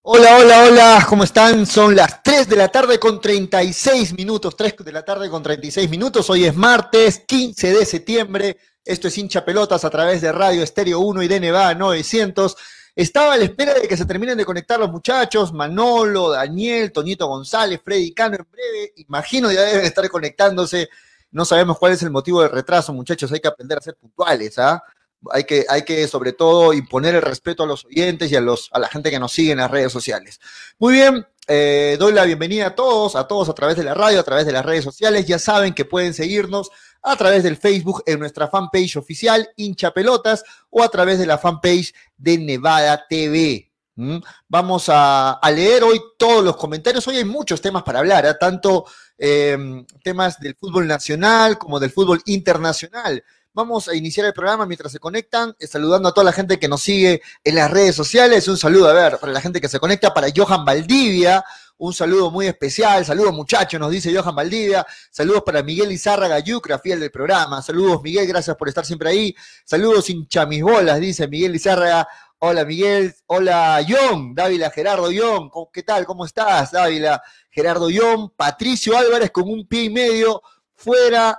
Hola, hola, hola, ¿cómo están? Son las 3 de la tarde con 36 minutos, 3 de la tarde con 36 minutos. Hoy es martes 15 de septiembre. Esto es Hincha Pelotas a través de Radio Estéreo 1 y de Nevada 900. Estaba a la espera de que se terminen de conectar los muchachos, Manolo, Daniel, Toñito González, Freddy Cano en breve. Imagino ya deben estar conectándose. No sabemos cuál es el motivo del retraso, muchachos. Hay que aprender a ser puntuales, ¿ah? Hay que, sobre todo, imponer el respeto a los oyentes y a la gente que nos sigue en las redes sociales. Muy bien, doy la bienvenida a todos a través de la radio, a través de las redes sociales. Ya saben que pueden seguirnos a través del Facebook en nuestra fanpage oficial, Hincha Pelotas, o a través de la fanpage de Nevada TV. Vamos a leer hoy todos los comentarios. Hoy hay muchos temas para hablar, ¿eh? Tanto temas del fútbol nacional como del fútbol internacional. Vamos a iniciar el programa mientras se conectan, saludando a toda la gente que nos sigue en las redes sociales. Un saludo, a ver, para la gente que se conecta, para Johan Valdivia, un saludo muy especial. Saludos, muchachos, nos dice Johan Valdivia. Saludos para Miguel Izárraga Yucra, fiel del programa. Saludos, Miguel, gracias por estar siempre ahí. Saludos, hincha mis bolas, dice Miguel Izárraga. Hola, Miguel. Hola, John. Dávila, Gerardo, John. ¿Qué tal? ¿Cómo estás, Dávila? Gerardo, John. Patricio Álvarez con un pie y medio fuera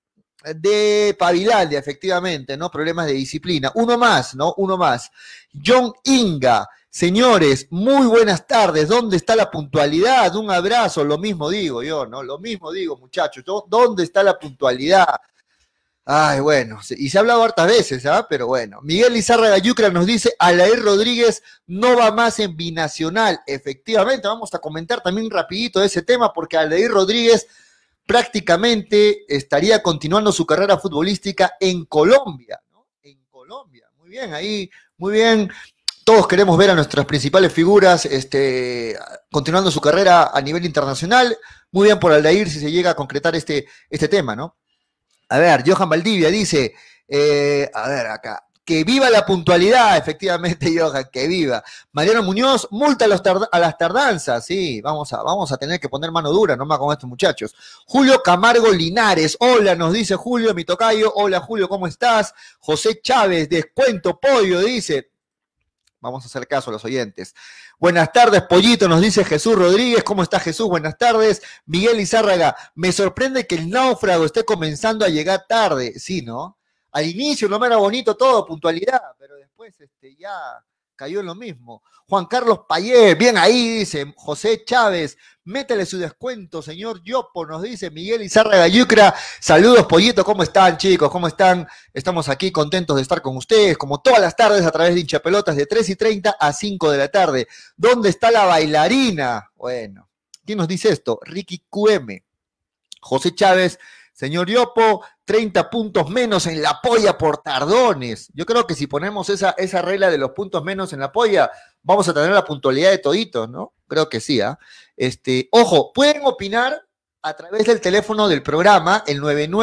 de Pavilandia, efectivamente, ¿no? Problemas de disciplina. Uno más, ¿no? Uno más. John Inga. Señores, muy buenas tardes. ¿Dónde está la puntualidad? Un abrazo. Lo mismo digo yo, ¿no? Lo mismo digo, muchachos. ¿Dónde está la puntualidad? Ay, bueno, y se ha hablado hartas veces, ¿ah? Pero bueno. Miguel Izárraga Yucra nos dice, Alair Rodríguez no va más en binacional. Efectivamente, vamos a comentar también rapidito de ese tema, porque Alair Rodríguez prácticamente estaría continuando su carrera futbolística en Colombia, ¿no? En Colombia, muy bien, ahí, muy bien. Todos queremos ver a nuestras principales figuras continuando su carrera a nivel internacional. Muy bien por Aldair si se llega a concretar este tema, ¿no? A ver, Johan Valdivia dice, a ver acá, que viva la puntualidad, efectivamente, Johan, que viva. Mariano Muñoz, multa a las tardanzas, sí, vamos a tener que poner mano dura nomás con estos muchachos. Julio Camargo Linares, hola, nos dice Julio, mi tocayo, hola Julio, ¿cómo estás? José Chávez, descuento pollo, dice. Vamos a hacer caso a los oyentes. Buenas tardes, Pollito, nos dice Jesús Rodríguez. ¿Cómo está Jesús? Buenas tardes. Miguel Izárraga, me sorprende que el náufrago esté comenzando a llegar tarde. Sí, ¿no? Al inicio no era bonito todo, puntualidad, pero después ya cayó en lo mismo. Juan Carlos Payé, bien ahí, dice José Chávez. Métele su descuento, señor Yopo, nos dice Miguel Izárraga Yucra. Saludos, Pollito, ¿cómo están, chicos? ¿Cómo están? Estamos aquí contentos de estar con ustedes, como todas las tardes, a través de Hinchapelotas, de 3:30 a 5 de la tarde. ¿Dónde está la bailarina? Bueno, ¿quién nos dice esto? Ricky QM. José Chávez, señor Yopo, 30 puntos menos en la polla por tardones. Yo creo que si ponemos esa regla de los puntos menos en la polla, vamos a tener la puntualidad de toditos, ¿no? Creo que sí, ¿ah? Ojo, pueden opinar a través del teléfono del programa, el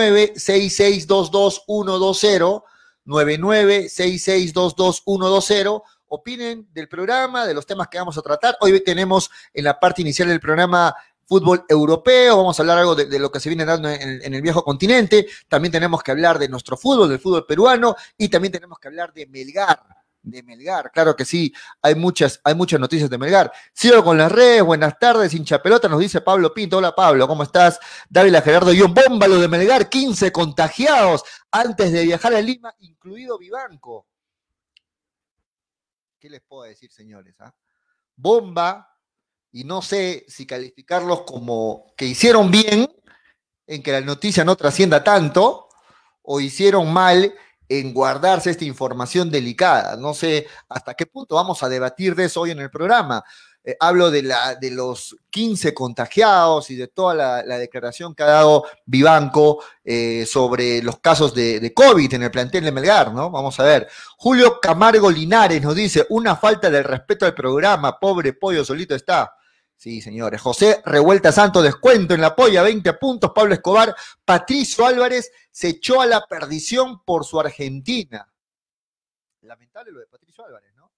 9966222120, 9966222120. Opinen del programa, de los temas que vamos a tratar. Hoy tenemos en la parte inicial del programa fútbol europeo, vamos a hablar algo de lo que se viene dando en el viejo continente, también tenemos que hablar de nuestro fútbol, del fútbol peruano, y también tenemos que hablar de Melgar, claro que sí, hay muchas noticias de Melgar. Sigo con las redes, buenas tardes, hincha pelota, nos dice Pablo Pinto. Hola Pablo, ¿cómo estás? Dávila Gerardo John, bómbalo de Melgar, 15 contagiados antes de viajar a Lima, incluido Vivanco. ¿Qué les puedo decir, señores? Bomba, y no sé si calificarlos como que hicieron bien en que la noticia no trascienda tanto o hicieron mal en guardarse esta información delicada. No sé hasta qué punto vamos a debatir de eso hoy en el programa. Hablo de los 15 contagiados y de toda la declaración que ha dado Vivanco sobre los casos de COVID en el plantel de Melgar, ¿no? Vamos a ver. Julio Camargo Linares nos dice, una falta del respeto al programa, pobre pollo solito está. Sí, señores. José Revuelta Santo, descuento en la polla, 20 puntos. Pablo Escobar, Patricio Álvarez se echó a la perdición por su Argentina. Lamentable lo de Patricio Álvarez, ¿no?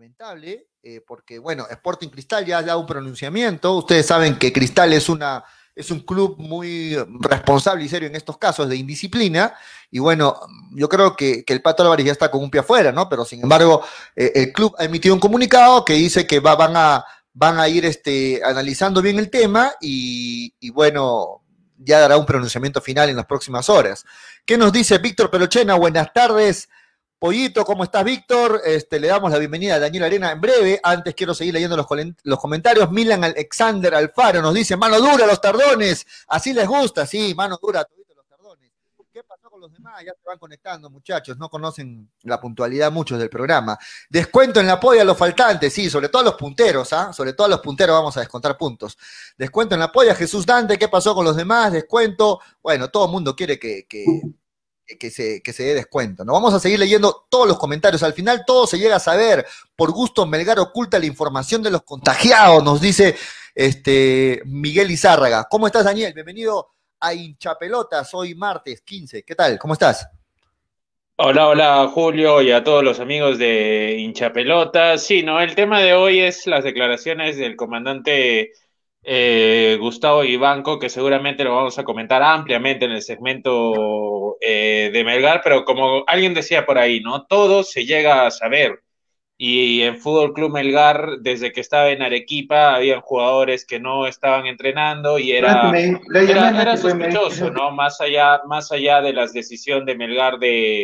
Lamentable, porque, bueno, Sporting Cristal ya ha dado un pronunciamiento. Ustedes saben que Cristal es una es un club muy responsable y serio en estos casos de indisciplina, y bueno, yo creo que el Pato Álvarez ya está con un pie afuera, ¿no? Pero sin embargo, el club ha emitido un comunicado que dice que van a ir analizando bien el tema y bueno, ya dará un pronunciamiento final en las próximas horas. ¿Qué nos dice Víctor Perochena? Buenas tardes. Pollito, ¿cómo estás, Víctor? Le damos la bienvenida a Daniel Arena en breve. Antes quiero seguir leyendo los comentarios. Milan Alexander Alfaro nos dice, mano dura los tardones. Así les gusta, sí, mano dura todito los tardones. ¿Qué pasó con los demás? Ya se van conectando, muchachos. No conocen la puntualidad muchos del programa. Descuento en la polla a los faltantes, sí, sobre todo a los punteros, ¿ah? Sobre todo a los punteros vamos a descontar puntos. Descuento en la polla, Jesús Dante, ¿qué pasó con los demás? Descuento. Bueno, todo el mundo quiere que se dé descuento. ¿No? Vamos a seguir leyendo todos los comentarios. Al final todo se llega a saber. Por gusto, Melgar oculta la información de los contagiados, nos dice Miguel Izárraga. ¿Cómo estás, Daniel? Bienvenido a Hinchapelotas, hoy martes 15. ¿Qué tal? ¿Cómo estás? Hola, hola Julio y a todos los amigos de Hinchapelotas. Sí, no, el tema de hoy es las declaraciones del comandante Gustavo Ibanco, que seguramente lo vamos a comentar ampliamente en el segmento de Melgar, pero como alguien decía por ahí, ¿no? Todo se llega a saber. Y en Fútbol Club Melgar, desde que estaba en Arequipa, habían jugadores que no estaban entrenando y era sospechoso, ¿no? Más allá de las decisiones de Melgar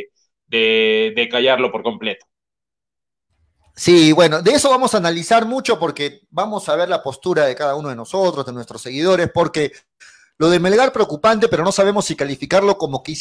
de callarlo por completo. Sí, bueno, de eso vamos a analizar mucho porque vamos a ver la postura de cada uno de nosotros, de nuestros seguidores, porque lo de Melgar preocupante, pero no sabemos si calificarlo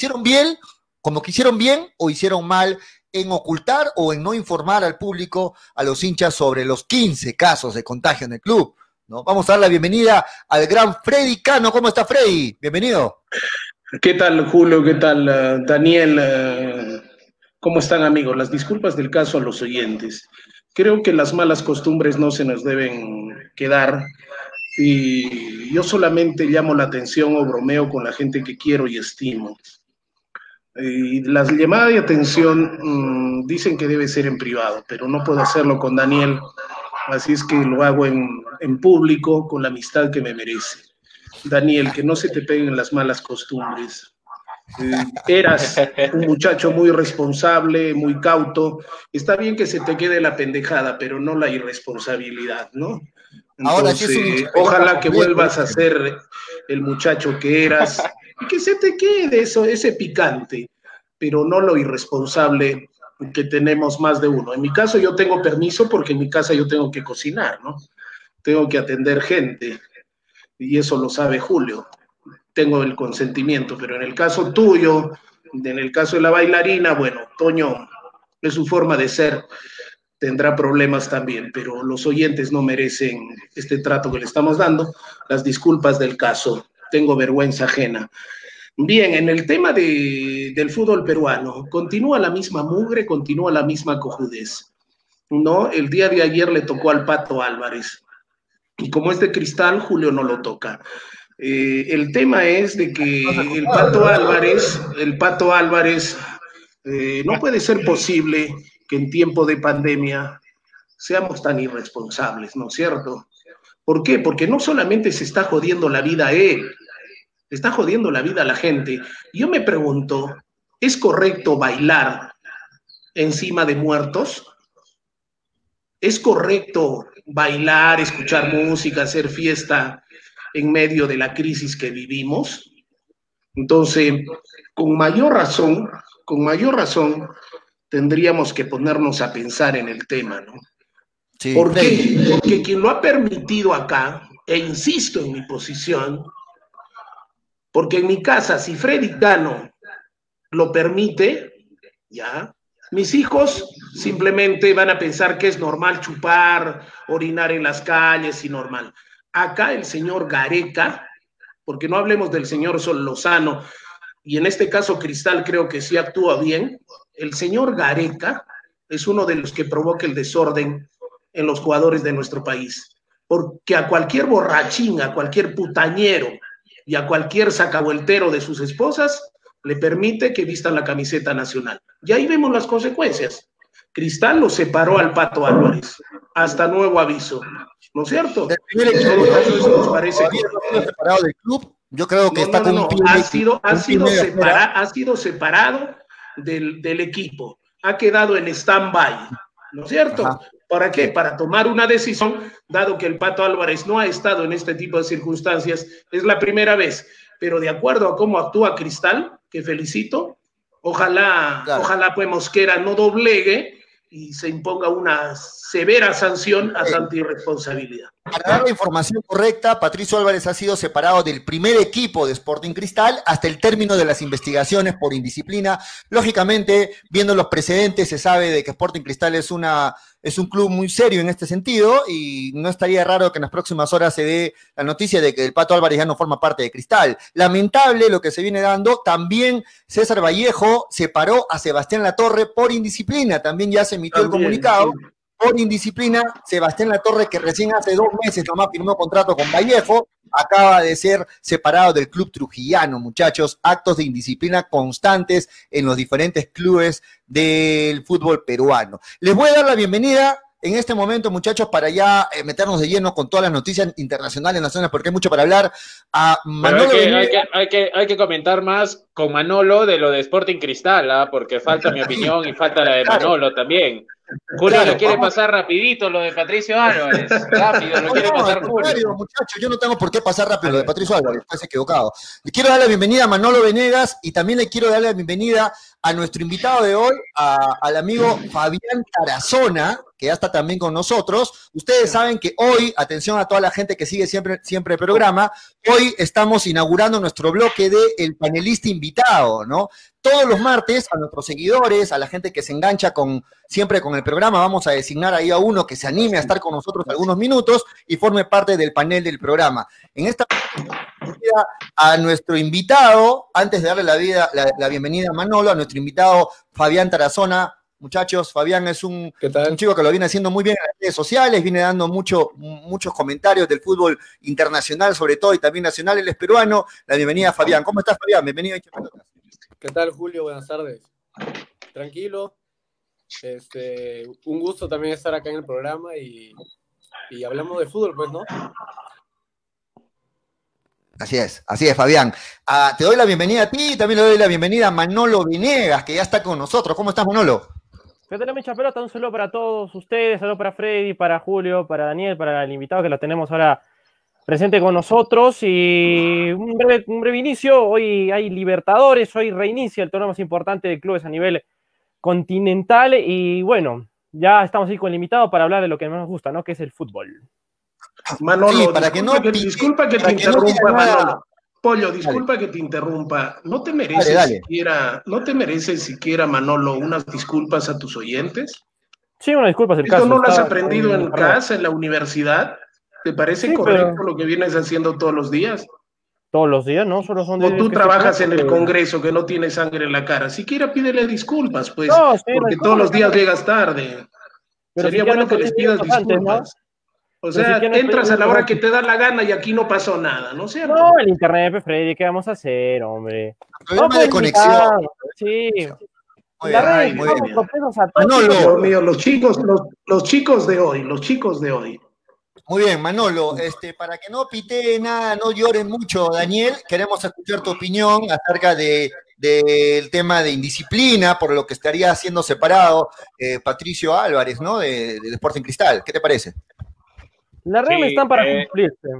como que hicieron bien o hicieron mal en ocultar o en no informar al público, a los hinchas sobre los 15 casos de contagio en el club, ¿no? Vamos a dar la bienvenida al gran Freddy Cano. ¿Cómo está, Freddy? Bienvenido. ¿Qué tal, Julio? ¿Qué tal, Daniel? ¿Cómo están, amigos? Las disculpas del caso a los oyentes. Creo que las malas costumbres no se nos deben quedar y yo solamente llamo la atención o bromeo con la gente que quiero y estimo. Y las llamadas de atención dicen que debe ser en privado, pero no puedo hacerlo con Daniel, así es que lo hago en público con la amistad que me merece. Daniel, que no se te peguen las malas costumbres. Eras un muchacho muy responsable, muy cauto. Está bien que se te quede la pendejada, pero no la irresponsabilidad, ¿no? Ahora sí Entonces, ojalá que vuelvas a ser el muchacho que eras y que se te quede eso, ese picante, pero no lo irresponsable que tenemos más de uno. En mi caso yo tengo permiso porque en mi casa yo tengo que cocinar, ¿no? Tengo que atender gente y eso lo sabe Julio. Tengo el consentimiento, pero en el caso tuyo, en el caso de la bailarina, bueno, Toño, es su forma de ser, tendrá problemas también, pero los oyentes no merecen este trato que le estamos dando. Las disculpas del caso, tengo vergüenza ajena. Bien, en el tema del fútbol peruano, continúa la misma mugre, continúa la misma cojudez. ¿No? El día de ayer le tocó al Pato Álvarez. Y como es de cristal, Julio no lo toca. El tema es de que el Pato Álvarez, no puede ser posible que en tiempo de pandemia seamos tan irresponsables, ¿no es cierto? ¿Por qué? Porque no solamente se está jodiendo la vida a él, está jodiendo la vida a la gente. Yo me pregunto, ¿es correcto bailar encima de muertos? ¿Es correcto bailar, escuchar música, hacer fiesta en medio de la crisis que vivimos? Entonces, con mayor razón, tendríamos que ponernos a pensar en el tema, ¿no? Sí, ¿Por Freddy. qué? Porque quien lo ha permitido acá, e insisto en mi posición, porque en mi casa, si Freddy Cano lo permite, ya, mis hijos simplemente van a pensar que es normal chupar, orinar en las calles y normal. Acá el señor Gareca, porque no hablemos del señor Sol Lozano, y en este caso Cristal creo que sí actúa bien, el señor Gareca es uno de los que provoca el desorden en los jugadores de nuestro país. Porque a cualquier borrachín, a cualquier putañero y a cualquier sacavueltero de sus esposas le permite que vistan la camiseta nacional. Y ahí vemos las consecuencias, Cristal lo separó al Pato Álvarez, hasta nuevo aviso, ¿no es cierto? Del primer equipo, En todo caso, eso nos parece separado del club. Yo creo que está con un pie ha sido separado del equipo, ha quedado en stand-by, ¿no es cierto? Ajá. ¿Para qué? Para tomar una decisión, dado que el Pato Álvarez no ha estado en este tipo de circunstancias, es la primera vez, pero de acuerdo a cómo actúa Cristal, que felicito, ojalá pues Mosquera no doblegue y se imponga una severa sanción a tanta irresponsabilidad. Para dar la información correcta, Patricio Álvarez ha sido separado del primer equipo de Sporting Cristal hasta el término de las investigaciones por indisciplina. Lógicamente, viendo los precedentes, se sabe de que Sporting Cristal es un club muy serio en este sentido y no estaría raro que en las próximas horas se dé la noticia de que el Pato Álvarez ya no forma parte de Cristal. Lamentable lo que se viene dando. También César Vallejo separó a Sebastián Latorre por indisciplina. También ya se emitió el comunicado. Sí. Por indisciplina, Sebastián Latorre, que recién hace 2 meses nomás firmó contrato con Vallejo, acaba de ser separado del club trujillano, muchachos. Actos de indisciplina constantes en los diferentes clubes del fútbol peruano. Les voy a dar la bienvenida en este momento, muchachos, para ya meternos de lleno con todas las noticias internacionales, nacionales, porque hay mucho para hablar. A Manolo hay que comentar más con Manolo de lo de Sporting Cristal, ¿eh? Porque falta mi opinión y falta la de Manolo también. Julio lo quiere pasar rapidito, lo de Patricio Álvarez. Rápido, lo quiere pasar Julio. Muchachos, yo no tengo por qué pasar rápido lo de Patricio Álvarez, estás equivocado. Le quiero dar la bienvenida a Manolo Venegas y también le quiero dar la bienvenida a nuestro invitado de hoy, al amigo Fabián Tarazona, que ya está también con nosotros. Ustedes saben que hoy, atención a toda la gente que sigue siempre el programa, hoy estamos inaugurando nuestro bloque de El Panelista Invitado, ¿no? Todos los martes a nuestros seguidores, a la gente que se engancha siempre con el programa, vamos a designar ahí a uno que se anime a estar con nosotros algunos minutos y forme parte del panel del programa. En esta a nuestro invitado, antes de darle la bienvenida a Manolo, a nuestro invitado Fabián Tarazona. Muchachos, Fabián es un chico que lo viene haciendo muy bien en las redes sociales, viene dando muchos comentarios del fútbol internacional, sobre todo, y también nacional. Él es peruano. La bienvenida a Fabián. ¿Cómo estás, Fabián? Bienvenido a Hincha Pelotas. ¿Qué tal, Julio? Buenas tardes. Tranquilo. Un gusto también estar acá en el programa y hablamos de fútbol, pues, ¿no? Así es, Fabián. Te doy la bienvenida a ti y también le doy la bienvenida a Manolo Venegas, que ya está con nosotros. ¿Cómo estás, Manolo? ¿Qué tal, Hincha Pelota? Un saludo para todos ustedes, saludo para Freddy, para Julio, para Daniel, para el invitado que lo tenemos ahora presente con nosotros. Y un breve inicio. Hoy hay Libertadores, hoy reinicia el torneo más importante de clubes a nivel continental. Y bueno, ya estamos ahí con el invitado para hablar de lo que más nos gusta, ¿no? Que es el fútbol. Manolo, sí, disculpa que te interrumpa, Manolo. Pollo, disculpa que te interrumpa. ¿No te mereces siquiera, Manolo, unas disculpas a tus oyentes? Sí, una disculpa es el caso. ¿Esto no lo has aprendido en casa, en la universidad? ¿Te parece correcto lo que vienes haciendo todos los días? Todos los días, ¿no? Solo son o tú trabajas en el Congreso que no tienes sangre en la cara. Siquiera pídele disculpas, pues, porque todos los días llegas tarde. Sería bueno que les pidas disculpas. O sea, entras a la hora que te da la gana y aquí no pasó nada, ¿no es cierto? No, el internet, Freddy, ¿qué vamos a hacer, hombre? Problema de conexión. Sí. Muy bien. Manolo, Dios mío, los chicos de hoy. Muy bien, Manolo, para que no pitee nada, no lloren mucho, Daniel, queremos escuchar tu opinión acerca del tema de indisciplina, por lo que estaría siendo separado Patricio Álvarez, ¿no? De Sporting Cristal. ¿Qué te parece? Las reglas están para cumplirse.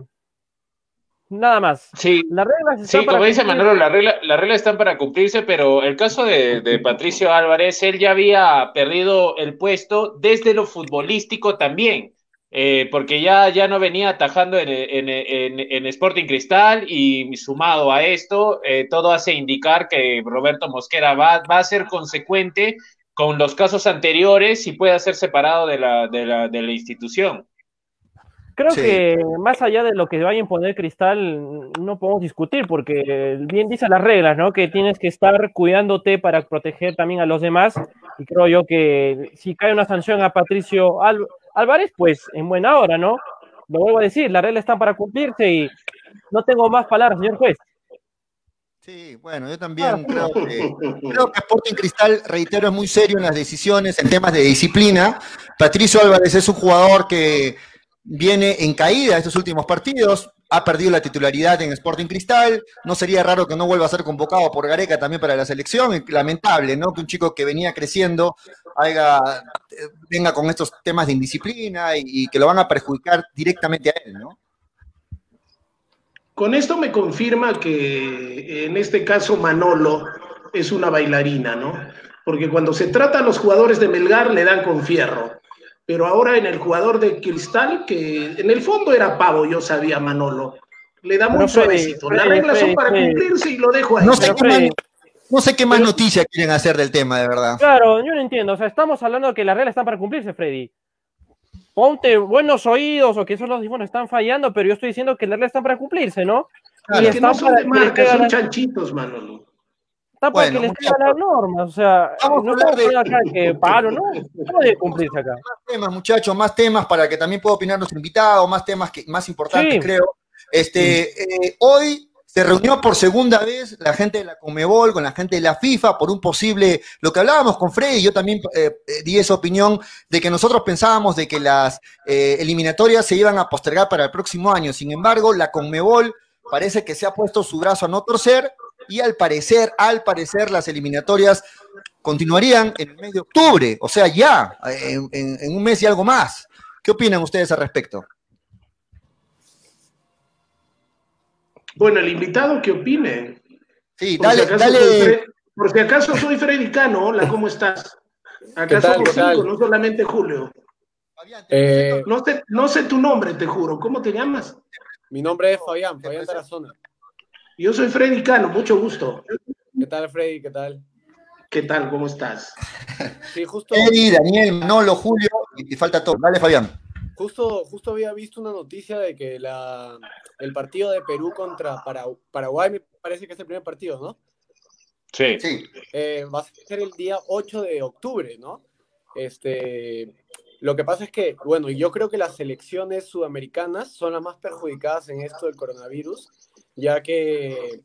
Nada más. Sí, como dice Manolo, las reglas están para cumplirse, pero el caso de Patricio Álvarez, él ya había perdido el puesto desde lo futbolístico también, porque ya no venía atajando en Sporting Cristal y sumado a esto, todo hace indicar que Roberto Mosquera va a ser consecuente con los casos anteriores y puede ser separado de la institución. Creo que más allá de lo que vaya a imponer Cristal, no podemos discutir, porque bien dicen las reglas, ¿no? Que tienes que estar cuidándote para proteger también a los demás, y creo yo que si cae una sanción a Patricio Álvarez, pues en buena hora, ¿no? Lo vuelvo a decir, las reglas están para cumplirse y no tengo más palabras, señor juez. Sí, bueno, yo también creo que Sporting Cristal, reitero, es muy serio en las decisiones, en temas de disciplina. Patricio Álvarez es un jugador que viene en caída estos últimos partidos, ha perdido la titularidad en Sporting Cristal, no sería raro que no vuelva a ser convocado por Gareca también para la selección, y lamentable, ¿no? Que un chico que venía creciendo venga con estos temas de indisciplina y que lo van a perjudicar directamente a él, ¿no? Con esto me confirma que en este caso Manolo es una bailarina, ¿no? Porque cuando se trata a los jugadores de Melgar le dan con fierro, pero ahora en el jugador de Cristal, que en el fondo era pavo, yo sabía Manolo, le da muy suavecito. Las reglas son para cumplirse y lo dejo ahí. No sé qué más noticias quieren hacer del tema, de verdad. Claro, yo no entiendo. O sea, estamos hablando de que las reglas están para cumplirse, Freddy. Ponte buenos oídos o que esos los audífonos están fallando, pero yo estoy diciendo que las reglas están para cumplirse, ¿no? Claro, y que no son de marca, son chanchitos, Manolo. Está para que les sigan las normas, o sea, no estamos hablando acá que paro, ¿no? No debe cumplirse acá. Más temas, muchachos, más temas para que también pueda opinar nuestro invitado, más temas más importantes, sí. Creo. Hoy se reunió por segunda vez la gente de la Conmebol con la gente de la FIFA por un posible, lo que hablábamos con Freddy, yo también di esa opinión de que nosotros pensábamos de que las eliminatorias se iban a postergar para el próximo año. Sin embargo, la Conmebol parece que se ha puesto su brazo a no torcer y al parecer las eliminatorias continuarían en el mes de octubre, o sea, ya, en un mes y algo más. ¿Qué opinan ustedes al respecto? Bueno, el invitado que opine. Sí, dale. Por si acaso soy Freddy Cano. Hola, ¿cómo estás? Acá somos cinco, no solamente Julio. No sé tu nombre, te juro. ¿Cómo te llamas? Mi nombre es Fabián Tarazona. Yo soy Freddy Cano, mucho gusto. ¿Qué tal, Freddy? ¿Qué tal? ¿Qué tal? ¿Cómo estás? Sí, justo. Freddy, Daniel, Manolo, Julio, y falta todo. Dale, Fabián. Justo había visto una noticia de que el partido de Perú contra Paraguay, me parece que es el primer partido, ¿no? Sí. Va a ser el día 8 de octubre, ¿no? Lo que pasa es que, bueno, yo creo que las selecciones sudamericanas son las más perjudicadas en esto del coronavirus, ya que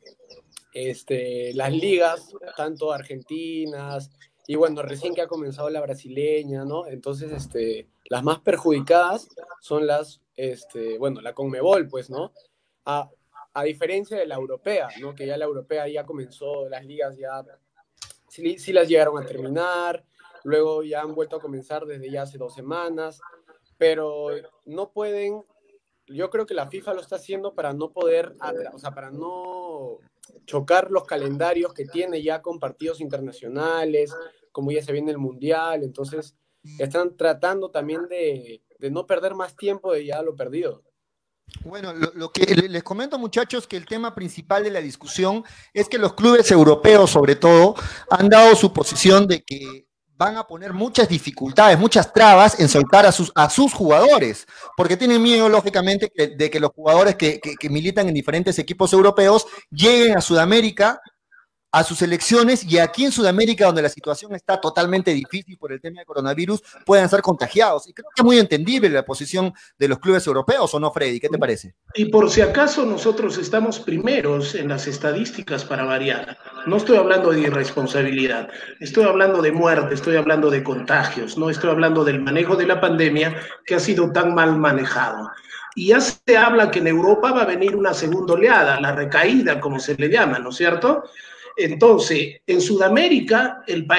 las ligas, tanto argentinas, y bueno, recién que ha comenzado la brasileña, ¿no? Entonces, las más perjudicadas son la Conmebol, pues, ¿no? A diferencia de la europea, ¿no? Que ya la europea ya comenzó, las ligas ya sí las llegaron a terminar, luego ya han vuelto a comenzar desde ya hace 2 semanas, pero no pueden, yo creo que la FIFA lo está haciendo para no poder, o sea, para no chocar los calendarios que tiene ya con partidos internacionales, como ya se viene el Mundial, entonces están tratando también de no perder más tiempo de ya lo perdido. Bueno, lo que les comento, muchachos, que el tema principal de la discusión es que los clubes europeos, sobre todo, han dado su posición de que van a poner muchas dificultades, muchas trabas en soltar a sus jugadores, porque tienen miedo, lógicamente, de que los jugadores que militan en diferentes equipos europeos lleguen a Sudamérica, a sus selecciones, y aquí en Sudamérica, donde la situación está totalmente difícil por el tema del coronavirus, puedan ser contagiados. Y creo que es muy entendible la posición de los clubes europeos, ¿o no, Freddy? ¿Qué te parece? Y por si acaso nosotros estamos primeros en las estadísticas para variar. No estoy hablando de irresponsabilidad, estoy hablando de muerte, estoy hablando de contagios, no estoy hablando del manejo de la pandemia que ha sido tan mal manejado. Y ya se habla que en Europa va a venir una segunda oleada, la recaída, como se le llama, ¿no es cierto? Entonces, en Sudamérica,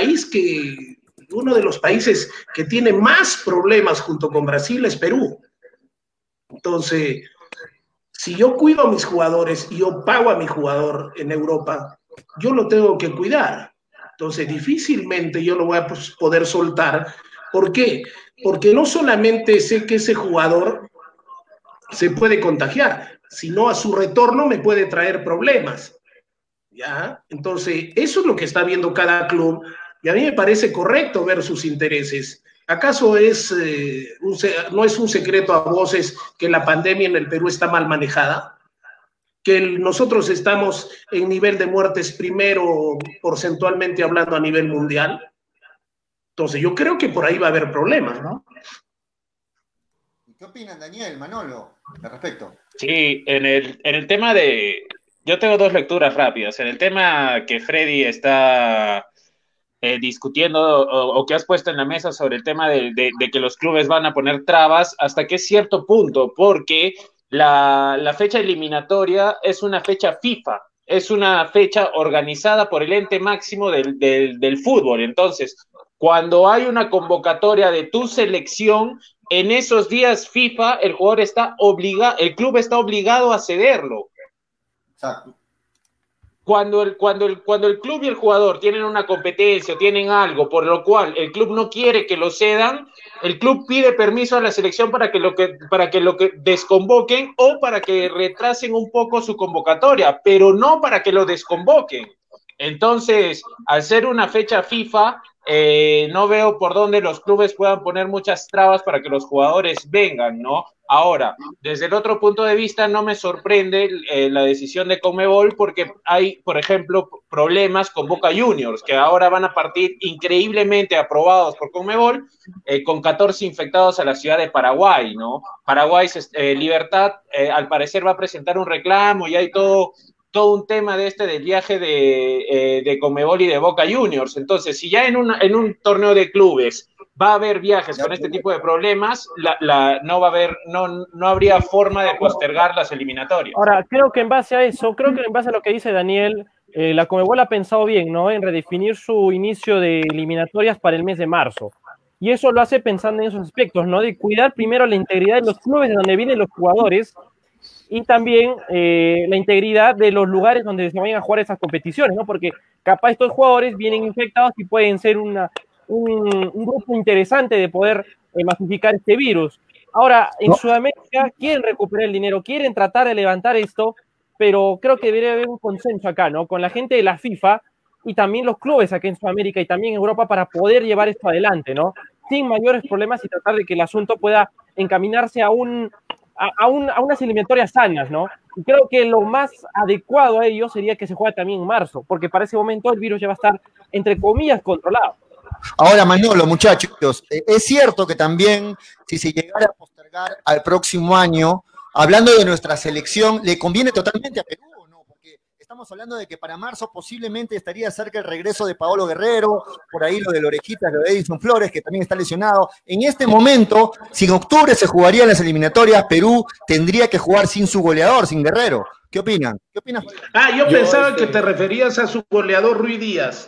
uno de los países que tiene más problemas junto con Brasil es Perú. Entonces, si yo cuido a mis jugadores y yo pago a mi jugador en Europa, yo lo tengo que cuidar. Entonces, difícilmente yo lo voy a poder soltar. ¿Por qué? Porque no solamente sé que ese jugador se puede contagiar, sino a su retorno me puede traer problemas. ¿Ya? Entonces, eso es lo que está viendo cada club y a mí me parece correcto ver sus intereses. ¿Acaso no es un secreto a voces que la pandemia en el Perú está mal manejada? Que nosotros estamos en nivel de muertes primero, porcentualmente hablando, a nivel mundial. Entonces, yo creo que por ahí va a haber problemas, ¿no? ¿Qué opinan, Daniel, Manolo, al respecto? Sí, en el tema de yo tengo dos lecturas rápidas. En el tema que Freddy está discutiendo o que has puesto en la mesa sobre el tema de que los clubes van a poner trabas, hasta que es cierto punto, porque la fecha eliminatoria es una fecha FIFA, es una fecha organizada por el ente máximo del fútbol. Entonces, cuando hay una convocatoria de tu selección, en esos días FIFA, el jugador está obligado, el club está obligado a cederlo. Exacto. Cuando el club y el jugador tienen una competencia, tienen algo por lo cual el club no quiere que lo cedan, el club pide permiso a la selección para que lo que desconvoquen o para que retrasen un poco su convocatoria, pero no para que lo desconvoquen. Entonces, al ser una fecha FIFA, no veo por dónde los clubes puedan poner muchas trabas para que los jugadores vengan, ¿no? Ahora, desde el otro punto de vista, no me sorprende la decisión de Conmebol porque hay, por ejemplo, problemas con Boca Juniors, que ahora van a partir increíblemente aprobados por Conmebol, con 14 infectados a la ciudad de Paraguay, ¿no? Paraguay, Libertad, al parecer va a presentar un reclamo y hay todo un tema del viaje de Conmebol y de Boca Juniors. Entonces, si ya en un torneo de clubes va a haber viajes con este tipo de problemas, no va a haber, no habría forma de postergar las eliminatorias. Ahora, creo que en base a eso, creo que en base a lo que dice Daniel, la Conmebol ha pensado bien, ¿no? En redefinir su inicio de eliminatorias para el mes de marzo. Y eso lo hace pensando en esos aspectos, ¿no? De cuidar primero la integridad de los clubes de donde vienen los jugadores y también la integridad de los lugares donde se vayan a jugar esas competiciones, ¿no? Porque capaz estos jugadores vienen infectados y pueden ser un grupo interesante de poder masificar este virus. Ahora, en Sudamérica quieren recuperar el dinero, quieren tratar de levantar esto, pero creo que debería haber un consenso acá, ¿no? Con la gente de la FIFA y también los clubes aquí en Sudamérica y también en Europa para poder llevar esto adelante, ¿no? Sin mayores problemas y tratar de que el asunto pueda encaminarse a unas eliminatorias sanas, ¿no? Y creo que lo más adecuado a ello sería que se juegue también en marzo, porque para ese momento el virus ya va a estar, entre comillas, controlado. Ahora, Manolo, muchachos, es cierto que también si se llegara a postergar al próximo año, hablando de nuestra selección, ¿le conviene totalmente a Perú o no? Porque estamos hablando de que para marzo posiblemente estaría cerca el regreso de Paolo Guerrero, por ahí lo de Orejitas, lo de Edison Flores, que también está lesionado. En este momento, si en octubre se jugarían las eliminatorias, Perú tendría que jugar sin su goleador, sin Guerrero. ¿Qué opinan? ¿Qué opinas? Yo pensaba que te referías a su goleador Ruiz Díaz.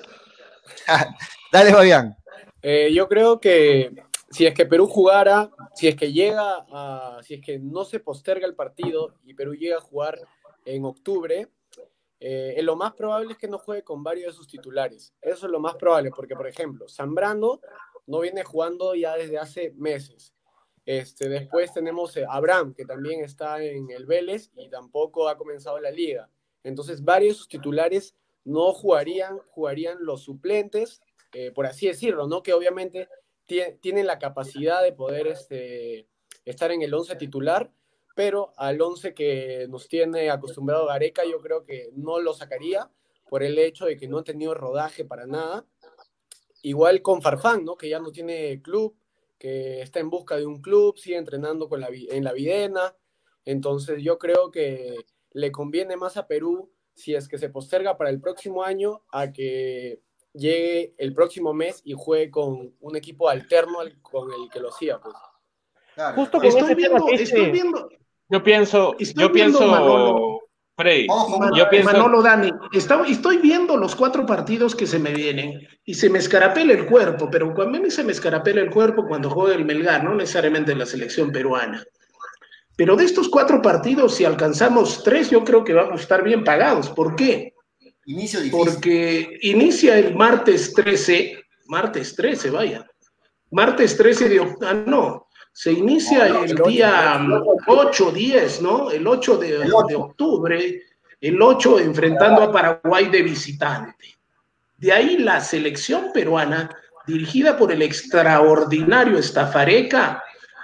Dale, Fabián. Yo creo que si es que Perú jugara, si es que no se posterga el partido y Perú llega a jugar en octubre, lo más probable es que no juegue con varios de sus titulares. Eso es lo más probable, porque, por ejemplo, Zambrano no viene jugando ya desde hace meses. Después tenemos a Abraham, que también está en el Vélez y tampoco ha comenzado la liga. Entonces, varios de sus titulares no jugarían los suplentes, por así decirlo, ¿no? Que obviamente tienen la capacidad de poder estar en el 11 titular, pero al 11 que nos tiene acostumbrado Gareca, yo creo que no lo sacaría por el hecho de que no ha tenido rodaje para nada. Igual con Farfán, ¿no? Que ya no tiene club, que está en busca de un club, sigue entrenando en la Videna. Entonces yo creo que le conviene más a Perú, si es que se posterga para el próximo año, a que llegue el próximo mes y juegue con un equipo alterno con el que lo hacía, pues. Claro. Justo con Estoy viendo. Yo pienso, Manolo, Frey, Manolo, Dani, estoy viendo los 4 partidos que se me vienen y se me escarapela el cuerpo, pero a mí se me escarapela el cuerpo cuando juega el Melgar, no necesariamente la selección peruana. Pero de estos 4 partidos, si alcanzamos 3, yo creo que vamos a estar bien pagados. ¿Por qué? Inicio difícil. Porque inicia el martes 13, vaya. Martes 13 de octubre, se inicia el día 8, 10, ¿no? El 8 de octubre, el 8 enfrentando a Paraguay de visitante. De ahí la selección peruana, dirigida por el extraordinario Estafareca,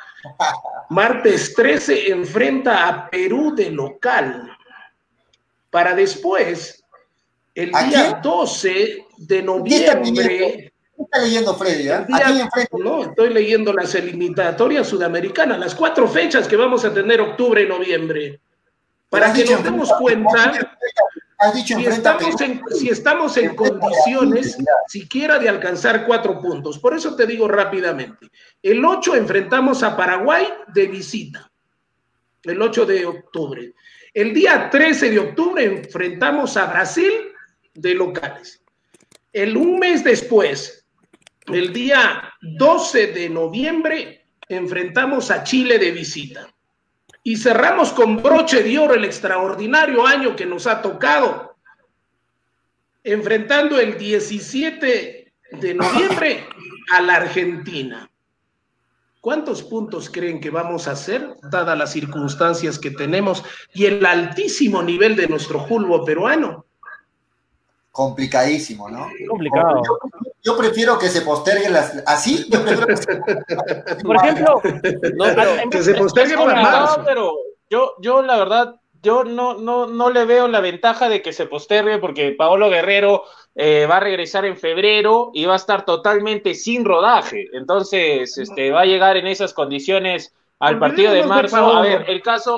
martes 13 enfrenta a Perú de local, para después, el día 12 de noviembre... ¿Qué está leyendo Freddy? No, estoy leyendo las eliminatorias sudamericanas, las 4 fechas que vamos a tener octubre y noviembre. para que nos demos cuenta has dicho si estamos en condiciones siquiera de alcanzar 4 puntos. Por eso te digo rápidamente, el 8 enfrentamos a Paraguay de visita, el 8 de octubre. El día 13 de octubre enfrentamos a Brasil de locales. Un mes después, el día 12 de noviembre, enfrentamos a Chile de visita. Y cerramos con broche de oro el extraordinario año que nos ha tocado, enfrentando el 17 de noviembre a la Argentina. ¿Cuántos puntos creen que vamos a hacer, dadas las circunstancias que tenemos y el altísimo nivel de nuestro fútbol peruano? Complicadísimo, ¿no? Complicado. Yo prefiero que se posterguen así. Yo prefiero que Por ejemplo, que se posterguen para marzo. Pero yo la verdad, yo no le veo la ventaja de que se postergue porque Paolo Guerrero va a regresar en febrero y va a estar totalmente sin rodaje. Entonces, va a llegar en esas condiciones al partido de marzo. A ver, el caso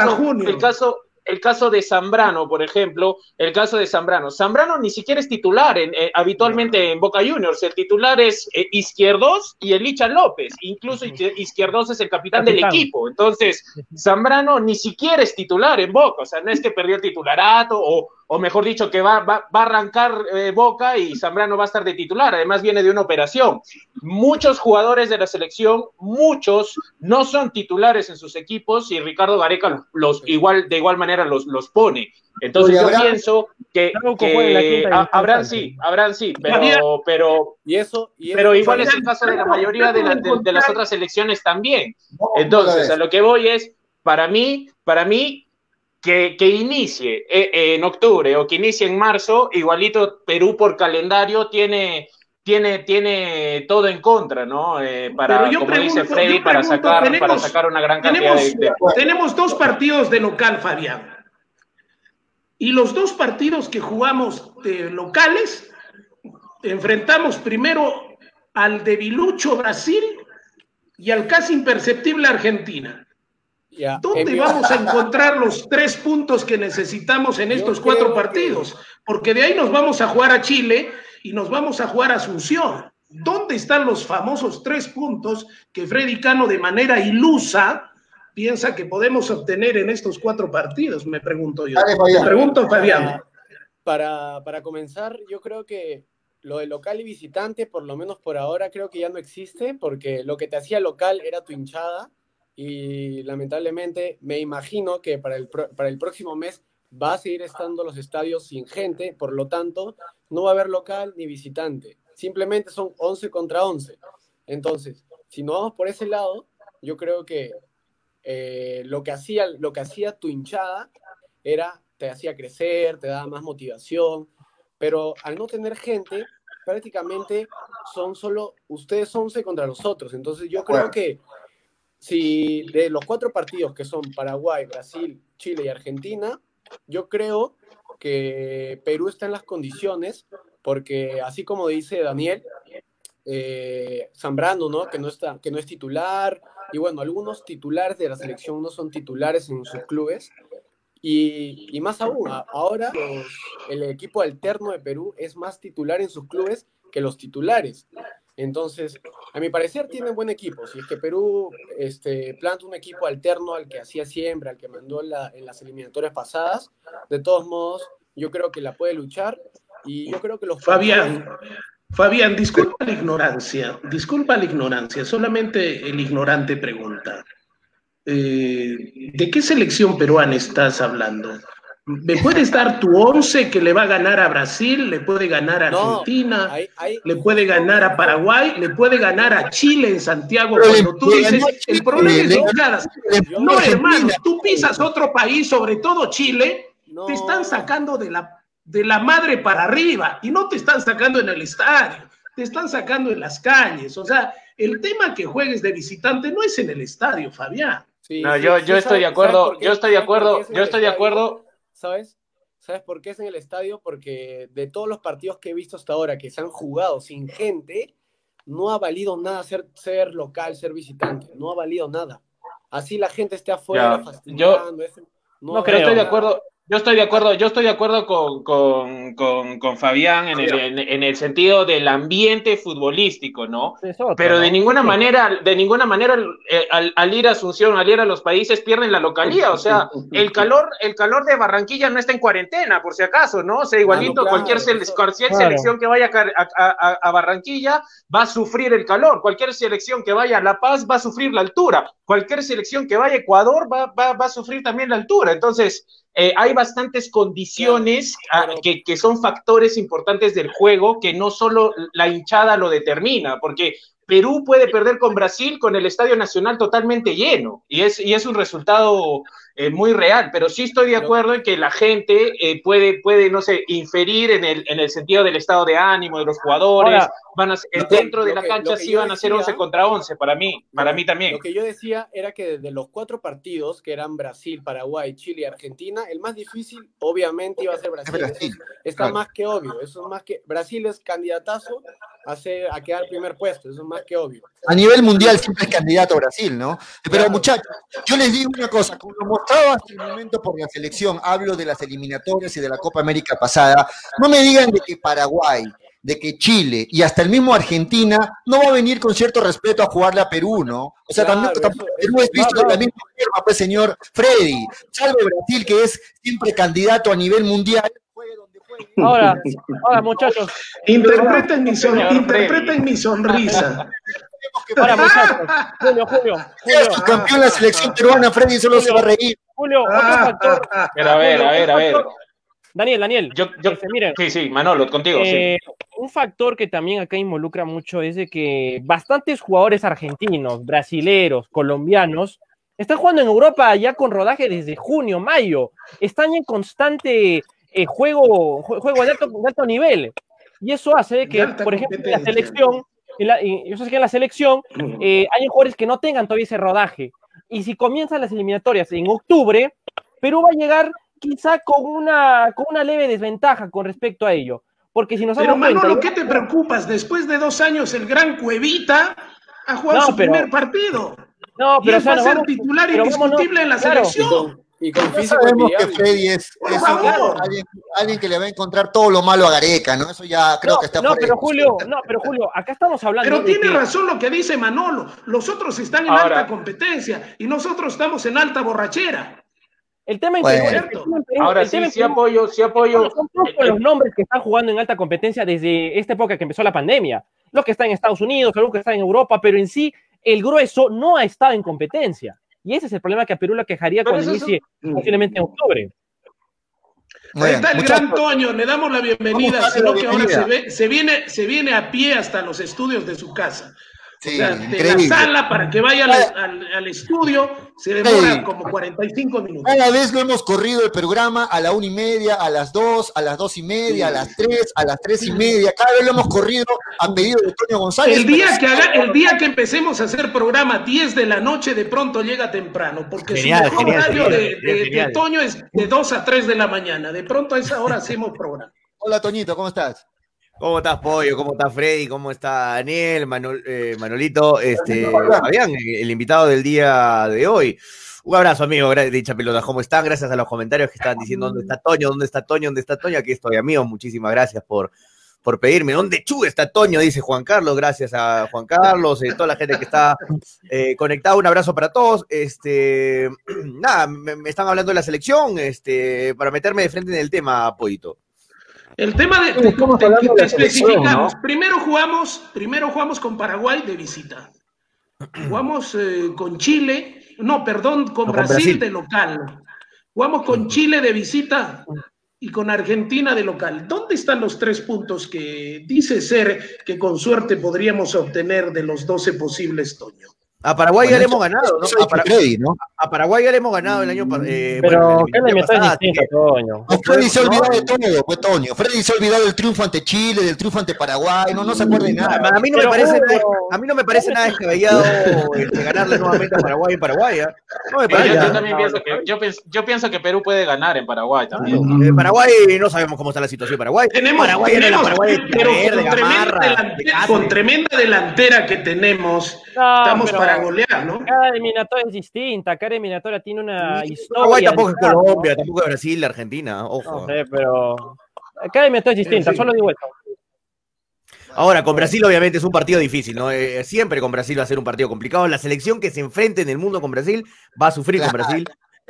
de Zambrano, por ejemplo, Zambrano ni siquiera es titular habitualmente en Boca Juniors. El titular es Izquierdos y Elicha López. Incluso Izquierdos es el capitán del equipo. Entonces, Zambrano ni siquiera es titular en Boca. O sea, no es que perdió el titularato o mejor dicho, que va a arrancar Boca y Zambrano va a estar de titular. Además, viene de una operación. Muchos jugadores de la selección, muchos no son titulares en sus equipos y Ricardo Gareca de igual manera los pone. Entonces, yo pienso que Abraham sí, pero igual es el caso de la mayoría de las otras selecciones también. Entonces, a lo que voy es, para mí, que inicie en octubre o que inicie en marzo, igualito Perú por calendario tiene todo en contra, ¿no? Como dice Freddy, para sacar una gran cantidad de... Tenemos 2 partidos de local, Fabián. Y los 2 partidos que jugamos de locales, enfrentamos primero al debilucho Brasil y al casi imperceptible Argentina. ¿Dónde vamos a encontrar los 3 puntos que necesitamos en estos 4 partidos? Porque de ahí nos vamos a jugar a Chile y nos vamos a jugar a Asunción. ¿Dónde están los famosos 3 puntos que Freddy Cano de manera ilusa piensa que podemos obtener en estos 4 partidos? Me pregunto yo. Me pregunto, Fabián. Para comenzar, yo creo que lo de local y visitante, por lo menos por ahora, creo que ya no existe, porque lo que te hacía local era tu hinchada. Y lamentablemente me imagino que para el próximo mes va a seguir estando los estadios sin gente, por lo tanto no va a haber local ni visitante, simplemente son 11 contra 11. Entonces, si nos vamos por ese lado, yo creo que lo que hacía tu hinchada te hacía crecer, te daba más motivación, pero al no tener gente, prácticamente son solo ustedes 11 contra los otros. Entonces yo creo que si de los 4 partidos que son Paraguay, Brasil, Chile y Argentina, yo creo que Perú está en las condiciones, porque así como dice Daniel, Zambrano, ¿no? Que no es titular, y bueno, algunos titulares de la selección no son titulares en sus clubes, y más aún, ahora el equipo alterno de Perú es más titular en sus clubes que los titulares. Entonces, a mi parecer tienen buen equipo. Si es que Perú planta un equipo alterno al que hacía siempre, al que mandó en las eliminatorias pasadas, de todos modos, yo creo que la puede luchar y yo creo que los... Fabián, disculpa la ignorancia, solamente el ignorante pregunta. ¿De qué selección peruana estás hablando? ¿Me puedes dar tu 11 que le va a ganar a Brasil, le puede ganar a Argentina, le puede ganar a Paraguay, le puede ganar a Chile en Santiago? Cuando tú dices, el problema es hinchadas. No, hermano, tú pisas otro país, sobre todo Chile, te están sacando de la madre para arriba y no te están sacando en el estadio, te están sacando en las calles. O sea, el tema que juegues de visitante no es en el estadio, Fabián. Sí, no, yo estoy de acuerdo, yo estoy de acuerdo. ¿Sabes por qué es en el estadio? Porque de todos los partidos que he visto hasta ahora que se han jugado sin gente, no ha valido nada ser local, ser visitante. No ha valido nada. Así la gente esté afuera fastidiando. No, No Yo creo. estoy de acuerdo. Yo estoy de acuerdo con Fabián en el sentido del ambiente futbolístico, ¿no? Es otro, Pero ¿no? de ninguna manera, al ir a Asunción, al ir a los países, pierden la localidad. O sea, el calor de Barranquilla no está en cuarentena, por si acaso, ¿no? O sea, igualito claro, cualquier Claro. selección que vaya a Barranquilla va a sufrir el calor. Cualquier selección que vaya a La Paz va a sufrir la altura. Cualquier selección que vaya a Ecuador va a sufrir también la altura. Entonces, hay bastantes condiciones Claro, pero- que son factores importantes del juego que no solo la hinchada lo determina, porque Perú puede perder con Brasil con el Estadio Nacional totalmente lleno y es un resultado muy real, pero sí estoy de acuerdo en que la gente puede, no sé, inferir en el sentido del estado de ánimo de los jugadores, Ahora, dentro de la cancha sí yo van a ser decía, 11 contra 11, para mí también. Lo que yo decía era que de los 4 partidos, que eran Brasil, Paraguay, Chile y Argentina, el más difícil obviamente iba a ser Brasil. Brasil, Eso está claro. más que obvio. Eso es más que Brasil es candidatazo a quedar primer puesto. Eso es más que obvio. A nivel mundial siempre es candidato Brasil, ¿no? Pero Claro. muchachos, yo les digo una cosa, como lo mostraba hasta el momento por la selección, hablo de las eliminatorias y de la Copa América pasada, no me digan de que Paraguay, de que Chile y hasta el mismo Argentina no va a venir con cierto respeto a jugarle a Perú, ¿no? O sea, Claro, tampoco eso- Perú es visto de la misma forma, pues señor Freddy, salvo Brasil que es siempre candidato a nivel mundial, juegue donde juegue. ahora muchachos, Interpreten mi sonrisa. ahora muchachos, Julio, Sea su campeón la selección peruana, Freddy solo se va a reír. Julio, otro factor. Pero a ver. Daniel, miren, Sí, Manolo, contigo, sí. un factor que también acá involucra mucho es de que bastantes jugadores argentinos, brasileros, colombianos, están jugando en Europa ya con rodaje desde junio, mayo, están en constante juego de alto nivel, y eso hace que, por ejemplo, en la selección, yo sé que en la selección hay jugadores que no tengan todavía ese rodaje, y si comienzan las eliminatorias en octubre, Perú va a llegar quizá con una leve desventaja con respecto a ello. Porque si nos Pero damos cuenta, Manolo, ¿qué te preocupas? Después de 2 años el gran Cuevita ha jugado su primer partido. No, pero y él va a ser titular indiscutible en la selección. Y con Ya físico sabemos que envidiable. Freddy es alguien que le va a encontrar todo lo malo a Gareca, ¿no? Eso ya creo que está fuera de discusión. pero Julio, acá estamos hablando Pero de tiene que... razón lo que dice Manolo. Los otros están en alta competencia y nosotros estamos en alta borrachera. El tema en Bueno. Perú, Ahora sí apoyo. son pocos los nombres que están jugando en alta competencia desde esta época que empezó la pandemia. Los que están en Estados Unidos, los que están en Europa, pero en sí el grueso no ha estado en competencia. Y ese es el problema que a Perú lo quejaría Pero cuando eso inicie posiblemente en octubre. Ahí está el muchachos, gran Toño, le damos la bienvenida, Vamos a sino darle que la ahora bienvenida. se viene a pie hasta los estudios de su casa. Sí, O sea, de la increíble. sala para que vaya al estudio se demora como 45 minutos. Cada vez lo hemos corrido el programa a la 1:30, a las 2, a las 2:30, a las 3, a las 3:30. Cada vez lo hemos corrido a pedido de Toño González. El día que empecemos a hacer programa 10 de la noche, de pronto llega temprano, porque Genial, su mejor genial, horario genial, de genial. Toño es de 2 a 3 de la mañana. De pronto a esa hora hacemos programa. Hola, Toñito, ¿cómo estás? ¿Cómo estás, Pollo? ¿Cómo está Freddy? ¿Cómo está Daniel? Manolito, Fabián, el invitado del día de hoy. Un abrazo, amigo, de Hincha Pelota. ¿Cómo están? Gracias a los comentarios que estaban diciendo dónde está Toño, dónde está Toño, dónde está Toño. Aquí estoy, amigo. Muchísimas gracias por pedirme. ¿Dónde Chu está Toño? Dice Juan Carlos. Gracias a Juan Carlos, toda la gente que está conectada. Un abrazo para todos. Nada, me están hablando de la selección, para meterme de frente en el tema, Pollito. El tema de Estamos hablando de la selección, especificamos. ¿no? Primero jugamos con Paraguay de visita. Jugamos con Chile, con Brasil de local. Jugamos con Chile de visita y con Argentina de local. ¿Dónde están los 3 puntos que dice ser que con suerte podríamos obtener de los 12 posibles, Toño? A Paraguay ya le hemos ganado, ¿no? Freddy, ¿no? A Paraguay ya le hemos ganado el año pasado. Pero ¿qué le metes distinto, Toño? No, Freddy se ha olvidado de todo, pues, Toño. Freddy se ha olvidado del triunfo ante Chile, del triunfo ante Paraguay, no se acuerda de nada. A mí no me parece nada descabellado ganarle nuevamente a Paraguay en Paraguay. No me parece. Yo también pienso que Perú puede ganar en Paraguay también. En Paraguay no sabemos cómo está la situación de Paraguay. Paraguay era la Paraguay de pero Chilaver, de Gamarra, de Cáceres. con tremenda delantera que tenemos, No, estamos pero- para para golear, ¿no? Cada eliminatoria es distinta, cada eliminatoria tiene una historia. Paraguay tampoco es detrás, ¿no? Colombia, tampoco es Brasil, Argentina, ojo. No sé, pero cada eliminatoria es distinta, Sí. solo digo esto. Ahora, con Brasil obviamente es un partido difícil, ¿no? Siempre con Brasil va a ser un partido complicado. La selección que se enfrente en el mundo con Brasil va a sufrir con Brasil.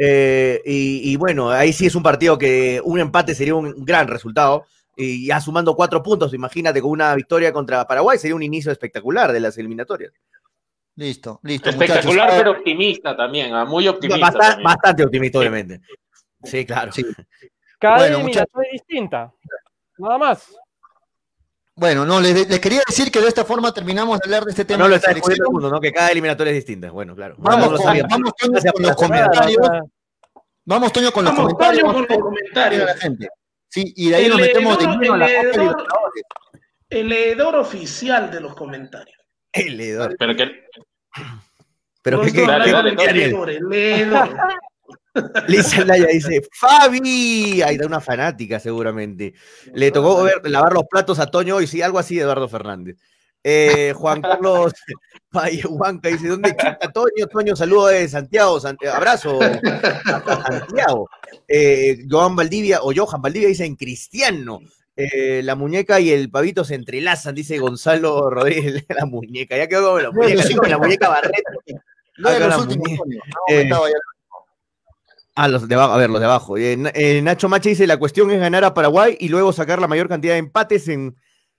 Y bueno, ahí sí es un partido que un empate sería un gran resultado. Y ya sumando 4 puntos, imagínate, con una victoria contra Paraguay, sería un inicio espectacular de las eliminatorias. Listo, listo. Espectacular, muchachos. pero optimista también, muy optimista. También. Bastante optimista, obviamente. Sí, claro. Sí. Cada Bueno, eliminatoria es distinta. Nada más. Bueno, no, les quería decir que de esta forma terminamos de hablar de este tema. No de lo la está descubriendo el selección. mundo, ¿no? Que cada eliminatoria es distinta. Bueno, claro. Vamos, No lo con, sabía. vamos, Toño, Gracias con por los la semana. comentarios. Vamos, Toño, con los Vamos, comentarios. Toño, con los Vamos a comentarios. la gente. Sí, y de ahí nos metemos de lleno a la Copa Libertadores. El leedor oficial de los comentarios. El leedor. Pero que Pero No que, estoy hablando dale, de dale. leedor, el leedor. Lisa Laya dice, Fabi, ahí da una fanática seguramente. Le tocó lavar los platos a Toño hoy, sí, algo así de Eduardo Fernández. Juan Carlos Huanca dice, ¿dónde chuta Toño? Toño, saludo de Santiago, abrazo a Santiago. Johan Valdivia dice, en Cristiano. La muñeca y el pavito se entrelazan, dice Gonzalo Rodríguez, la muñeca, ya quedó con la muñeca, sí, con la muñeca Barreto. No de Acá los la últimos, muñeca. Toño. No, aumentaba ya. Los de abajo, a ver, los de abajo. Nacho Mache dice, la cuestión es ganar a Paraguay y luego sacar la mayor cantidad de empates en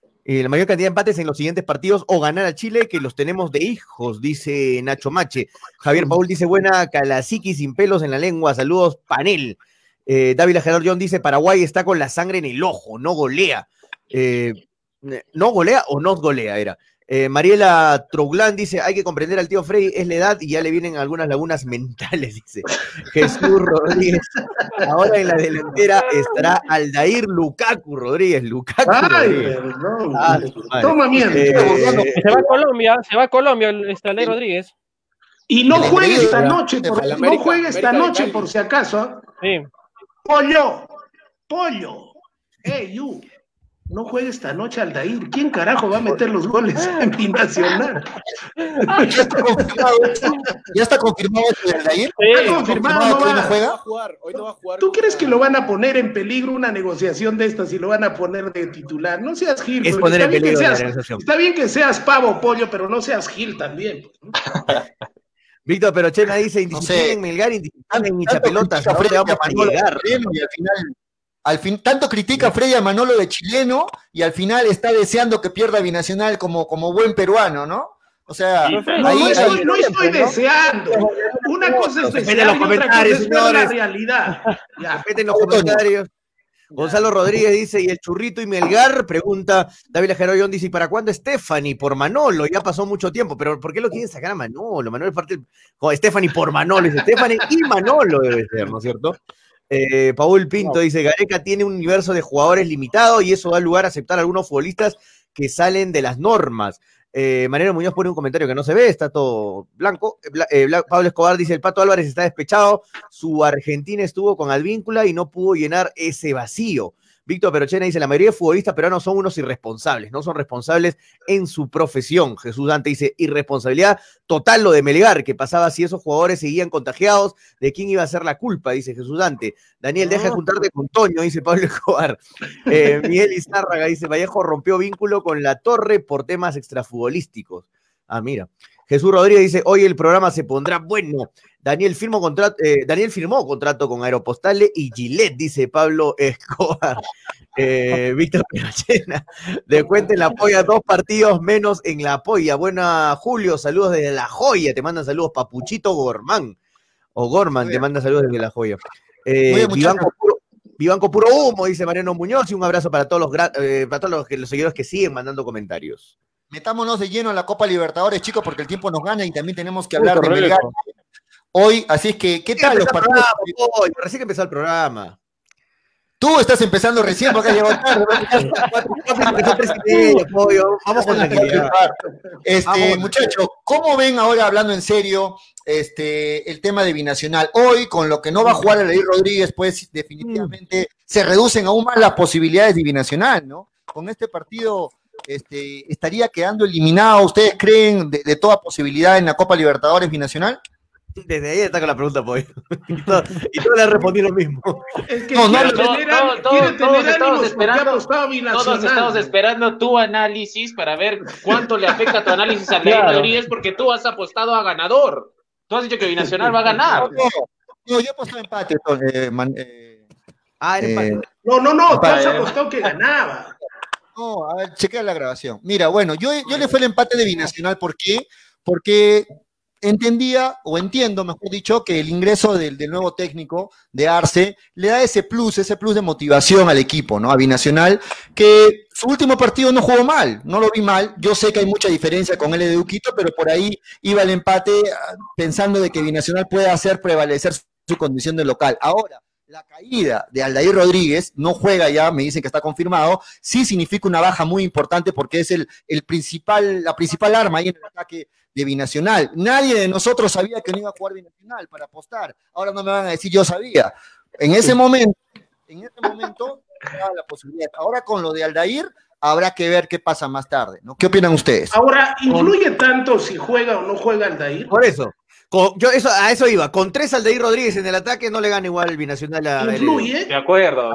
los siguientes partidos o ganar a Chile, que los tenemos de hijos, dice Nacho Mache. Javier Paul dice, buena calasiqui sin pelos en la lengua, saludos, panel. Dávila Gerard John dice, Paraguay está con la sangre en el ojo, no golea. ¿No golea o no golea era? Mariela Trouglán dice, hay que comprender al tío Frey, es la edad y ya le vienen algunas lagunas mentales, dice Jesús Rodríguez. Ahora en la delantera estará Aldair Lukaku Rodríguez. Ay, Rodríguez. perdón. Toma miento. Se va a Colombia, Aldair Rodríguez. Y no El juegue esta engreído, noche, ¿no? no juegue esta América de noche Cali. por si acaso. Sí. Pollo, hey, you. No juegue esta noche Aldair. ¿Quién carajo va a meter los goles en Binacional? ¿Ya está confirmado esto de Aldair? Sí. Está confirmado, que hoy no no juega? Hoy no va a jugar. ¿Tú crees que lo van a poner en peligro una negociación de estas y lo van a poner de titular? No seas Gil. Es pues. poner en Está bien que peligro la seas- negociación. Está bien que seas pavo, pollo, pero no seas Gil también. Víctor Perochena dice, No indisciplina sé. en Melgar, indisciplina en Tanto Hinchapelotas, critica ¿a dónde Freddy vamos a a Manolo llegar? de chileno y al fin, tanto critica a Freddy a Manolo de chileno y al final está deseando que pierda Binacional como buen peruano, ¿no? O sea, Sí, No, ahí, no estoy deseando. Una cosa es Respeten desear los y otra cosa comentarios, es ver la señores. realidad. Ya. Respeten los comentarios. Gonzalo Rodríguez dice, ¿y el Churrito y Melgar? Pregunta Dávila Geroyón, dice, ¿y para cuándo Stephanie? Por Manolo, ya pasó mucho tiempo, pero ¿por qué lo quieren sacar a Manolo? Manolo es parte del... Stephanie por Manolo, dice Stephanie y Manolo debe ser, ¿no es cierto? Paul Pinto dice, Gareca tiene un universo de jugadores limitado y eso da lugar a aceptar a algunos futbolistas que salen de las normas. Mariano Muñoz pone un comentario que no se ve, está todo blanco. Pablo Escobar dice, el Pato Álvarez está despechado, su Argentina estuvo con Advíncula y no pudo llenar ese vacío. Víctor Perochena dice, la mayoría de futbolistas peruanos son unos irresponsables, no son responsables en su profesión. Jesús Dante dice, irresponsabilidad total lo de Melgar, que pasaba si esos jugadores seguían contagiados, ¿de quién iba a ser la culpa? Dice Jesús Dante. Daniel, deja de juntarte con Toño, dice Pablo Escobar. Miguel Izárraga dice, Vallejo rompió vínculo con la Torre por temas extrafutbolísticos. Ah, mira. Jesús Rodríguez dice, hoy el programa se pondrá bueno. Daniel firmó contrato con Aeropostale y Gillette, dice Pablo Escobar. Víctor Perochena, de cuenta en la polla, 2 partidos menos en la polla. Buena, Julio, saludos desde La Joya. Te mandan saludos Papuchito Gormán. O Gorman te manda saludos desde La Joya. Vivanco puro humo, dice Mariano Muñoz, y un abrazo para todos los seguidores que siguen mandando comentarios. metámonos de lleno a la Copa Libertadores, chicos, porque el tiempo nos gana y también tenemos que hablar de Melgar hoy. Así es que, ¿qué tal los partidos? Recién empezó el programa. Tú estás empezando recién porque has llegado tarde. Vamos con tranquilidad. Muchachos, ¿cómo ven ahora, hablando en serio, el tema de Binacional? Hoy, con lo que no va a jugar Aldair Rodríguez, pues definitivamente se reducen aún más las posibilidades de Binacional, ¿no? Con este partido estaría quedando eliminado, ¿ustedes creen, de toda posibilidad en la Copa Libertadores Binacional? Desde ahí está con la pregunta, Pollo. Y todos le respondí lo mismo. Es que todos estamos esperando tu análisis para ver cuánto le afecta tu análisis a Aldair Rodríguez, porque tú has apostado a ganador. Tú has dicho que Binacional va a ganar. No, yo he apostado empate. Empate. No, tú has apostado que ganaba. No, a ver, chequea la grabación. Mira, bueno, yo le fui el empate de Binacional. ¿Por qué? Porque entendía, o entiendo, mejor dicho, que el ingreso del nuevo técnico de Arce le da ese plus de motivación al equipo, ¿no? A Binacional, que su último partido no jugó mal, no lo vi mal. Yo sé que hay mucha diferencia con el de Duquito, pero por ahí iba el empate pensando de que Binacional puede hacer prevalecer su condición de local. Ahora, la caída de Aldair Rodríguez, no juega ya, me dicen que está confirmado, sí significa una baja muy importante porque es la principal arma ahí en el ataque de Binacional. Nadie de nosotros sabía que no iba a jugar Binacional para apostar. Ahora no me van a decir yo sabía. En ese momento era la posibilidad. Ahora con lo de Aldair habrá que ver qué pasa más tarde, ¿no? ¿Qué opinan ustedes? Ahora, ¿influye tanto si juega o no juega Aldair? Por eso. A eso iba. Con 3 Aldair Rodríguez en el ataque no le gana igual el Binacional a ¿Influye? De acuerdo.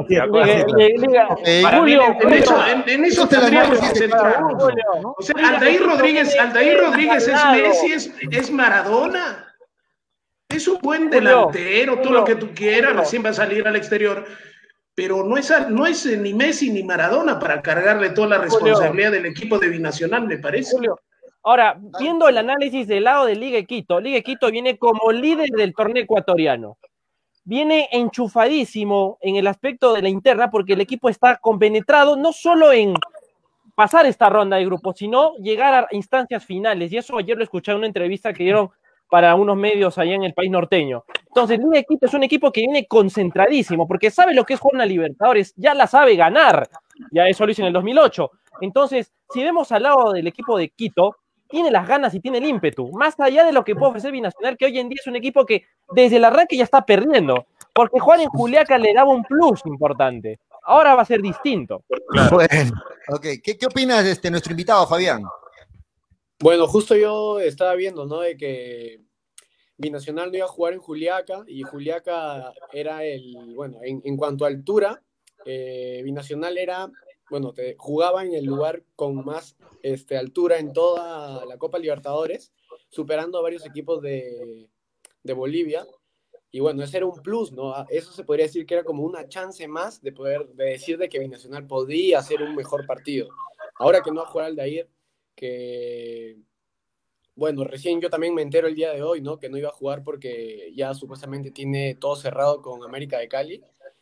En eso tendríamos que centrarnos. O sea, Aldair Rodríguez es Messi, es Maradona. Es un buen delantero, todo lo que tú quieras, recién va a salir al exterior. Pero no es ni Messi ni Maradona para cargarle toda la responsabilidad del equipo de Binacional, me parece. Julio. Ahora, viendo el análisis del lado de Liga de Quito viene como líder del torneo ecuatoriano. Viene enchufadísimo en el aspecto de la interna porque el equipo está compenetrado no solo en pasar esta ronda de grupos, sino llegar a instancias finales. Y eso ayer lo escuché en una entrevista que dieron para unos medios allá en el país norteño. Entonces, Liga de Quito es un equipo que viene concentradísimo porque sabe lo que es jugar una Libertadores, ya la sabe ganar. Ya eso lo hizo en el 2008. Entonces, si vemos al lado del equipo de Quito, tiene las ganas y tiene el ímpetu, más allá de lo que puede ofrecer Binacional, que hoy en día es un equipo que desde el arranque ya está perdiendo, porque jugar en Juliaca le daba un plus importante. Ahora va a ser distinto. Claro. Bueno, okay. ¿Qué opinas de nuestro invitado, Fabián? Bueno, justo yo estaba viendo, ¿no? De que Binacional no iba a jugar en Juliaca, y Juliaca era en cuanto a altura, Binacional era, jugaba en el lugar con más altura en toda la Copa Libertadores, superando a varios equipos de Bolivia. Y bueno, ese era un plus, ¿no? Eso se podría decir que era como una chance más de decir de que Binacional podía hacer un mejor partido. Ahora que no va a jugar Aldair, que recién yo también me entero el día de hoy, ¿no? Que no iba a jugar porque ya supuestamente tiene todo cerrado con América de Cali.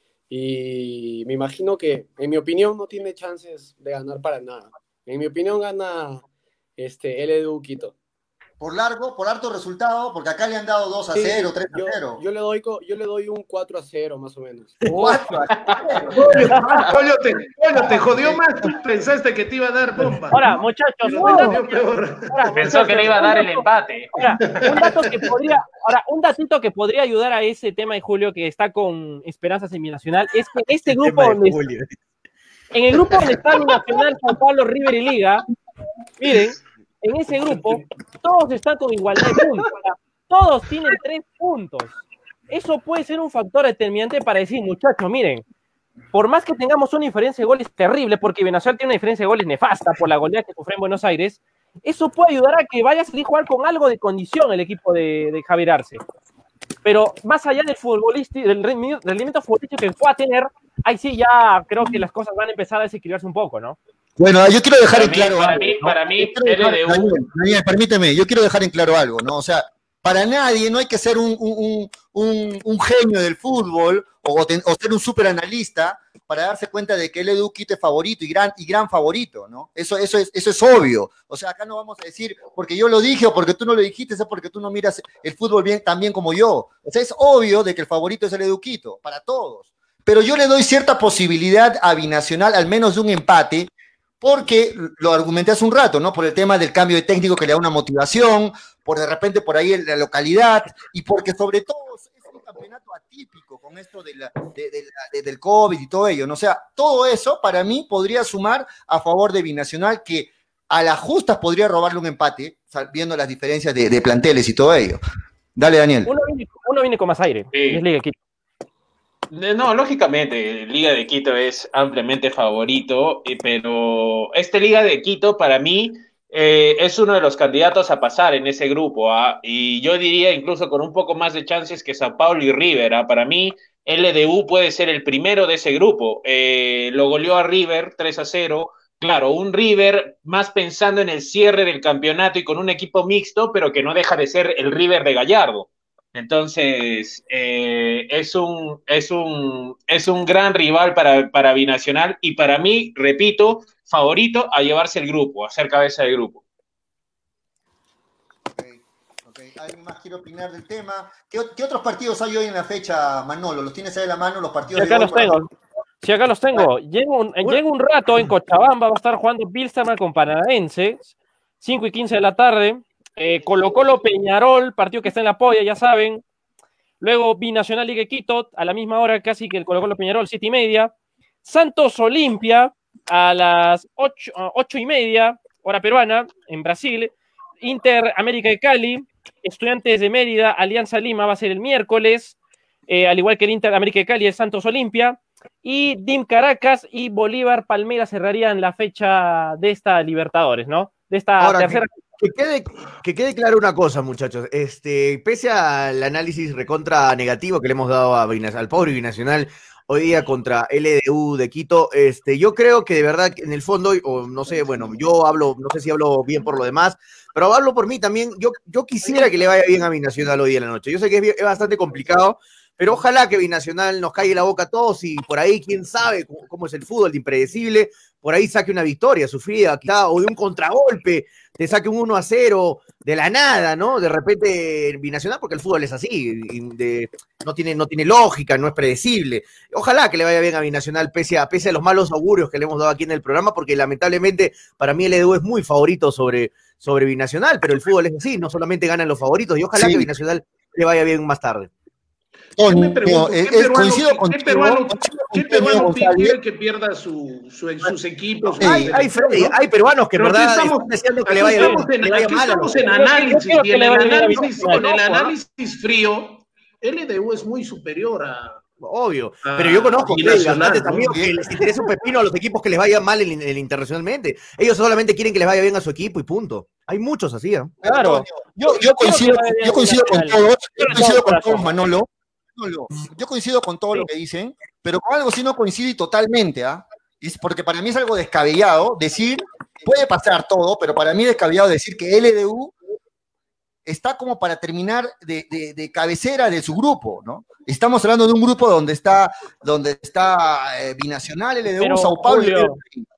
Y me imagino que, en mi opinión, no tiene chances de ganar para nada. En mi opinión, gana LDU Quito. ¿Por largo? ¿Por harto resultado? Porque acá le han dado 2-0, 3-0. Yo le doy un 4-0 más o menos. 4-0. Coño, te jodió más. Tú pensaste que te iba a dar bomba. Ahora, muchachos, pensó que le iba a dar el empate. Ahora, un datito que podría ayudar a ese tema de Julio, que está con esperanzas en Binacional, es que este grupo en el grupo donde está Binacional, San Pablo, River y Liga, miren, en ese grupo, todos están con igualdad de puntos. Todos tienen 3 puntos. Eso puede ser un factor determinante para decir, muchachos, miren, por más que tengamos una diferencia de goles terrible, porque Binacional tiene una diferencia de goles nefasta por la goleada que sufre en Buenos Aires, eso puede ayudar a que vaya a salir a jugar con algo de condición el equipo de Javier Arce. Pero más allá del rendimiento futbolístico que pueda tener, ahí sí ya creo que las cosas van a empezar a desequilibrarse un poco, ¿no? Bueno, yo quiero dejar en claro algo. Para mí, Daniel, permíteme, yo quiero dejar en claro algo, ¿no? O sea, para nadie no hay que ser un genio del fútbol o ser un súper analista para darse cuenta de que el Edu Quito es favorito y gran favorito, ¿no? Eso es obvio. O sea, acá no vamos a decir porque yo lo dije o porque tú no lo dijiste, es porque tú no miras el fútbol tan bien como yo. O sea, es obvio de que el favorito es el Edu Quito, para todos. Pero yo le doy cierta posibilidad a Binacional, al menos de un empate, porque lo argumenté hace un rato, ¿no? Por el tema del cambio de técnico que le da una motivación, por de repente por ahí la localidad, y porque sobre todo es un campeonato atípico con esto del COVID y todo ello, ¿no? O sea, todo eso para mí podría sumar a favor de Binacional, que a las justas podría robarle un empate, viendo las diferencias de planteles y todo ello. Dale, Daniel. Uno viene con más aire, Sí. y es Liga de Quito. No, lógicamente, Liga de Quito es ampliamente favorito, pero este Liga de Quito para mí es uno de los candidatos a pasar en ese grupo, ¿ah? Y yo diría incluso con un poco más de chances que Sao Paulo y River, ¿ah? Para mí, LDU puede ser el primero de ese grupo. Lo goleó a River 3-0. Claro, un River más pensando en el cierre del campeonato y con un equipo mixto, pero que no deja de ser el River de Gallardo. Entonces, es un gran rival para Binacional y para mí, repito, favorito a llevarse el grupo, a ser cabeza de grupo. Okay. ¿Alguien más quiere opinar del tema? ¿Qué otros partidos hay hoy en la fecha, Manolo? ¿Los tienes ahí a la mano, los partidos Sí, acá de los tengo. Sí, acá los tengo. Llego un rato en Cochabamba, va a estar jugando Bilsterman con Paranaense, 5:15 de la tarde. Colo-Colo Peñarol, partido que está en la polla, ya saben. Luego Binacional Liga de Quito, a la misma hora casi que el Colo-Colo Peñarol, 7:30. Santos Olimpia, a las 8:30, hora peruana, en Brasil. Inter América de Cali, Estudiantes de Mérida, Alianza Lima, va a ser el miércoles, al igual que el Inter América de Cali, el Santos Olimpia. Y DIM Caracas y Bolívar Palmeiras cerrarían la fecha de esta Libertadores, ¿no? De esta Ahora, tercera. Que quede claro una cosa, muchachos. Pese al análisis recontra negativo que le hemos dado al pobre Binacional hoy día contra LDU de Quito, yo creo que de verdad, en el fondo, o no sé, bueno, yo hablo, no sé si hablo bien por lo demás, pero hablo por mí también. Yo quisiera que le vaya bien a Binacional hoy en la noche. Yo sé que es bastante complicado, pero ojalá que Binacional nos calle la boca a todos y por ahí, quién sabe cómo es el fútbol de impredecible, por ahí saque una victoria sufrida, o de un contragolpe, te saque un 1-0 de la nada, ¿no? De repente Binacional, porque el fútbol es así, no tiene lógica, no es predecible. Ojalá que le vaya bien a Binacional, pese a los malos augurios que le hemos dado aquí en el programa, porque lamentablemente para mí el EDU es muy favorito sobre Binacional, pero el fútbol es así, no solamente ganan los favoritos, y ojalá que Binacional le vaya bien más tarde. Yo me pregunto, ¿qué peruano quiere que pierda sus equipos? Hay peruanos que en verdad están deseando que le vaya bien. Estamos en análisis, y en el análisis frío, LDU es muy superior a... Obvio, pero yo conozco bastantes amigos que les interesa un pepino a los equipos que les vaya mal internacionalmente. Ellos solamente quieren que les vaya bien a su equipo y punto. Hay muchos así, ¿eh? Claro. Yo coincido con todos, Manolo. Yo coincido con todo lo que dicen, pero con algo sí no coincido y totalmente, ¿ah? Porque para mí es algo descabellado decir, puede pasar todo, pero para mí es descabellado decir que LDU está como para terminar de cabecera de su grupo, ¿no? Estamos hablando de un grupo donde está Binacional, LDU, pero, Sao Paulo.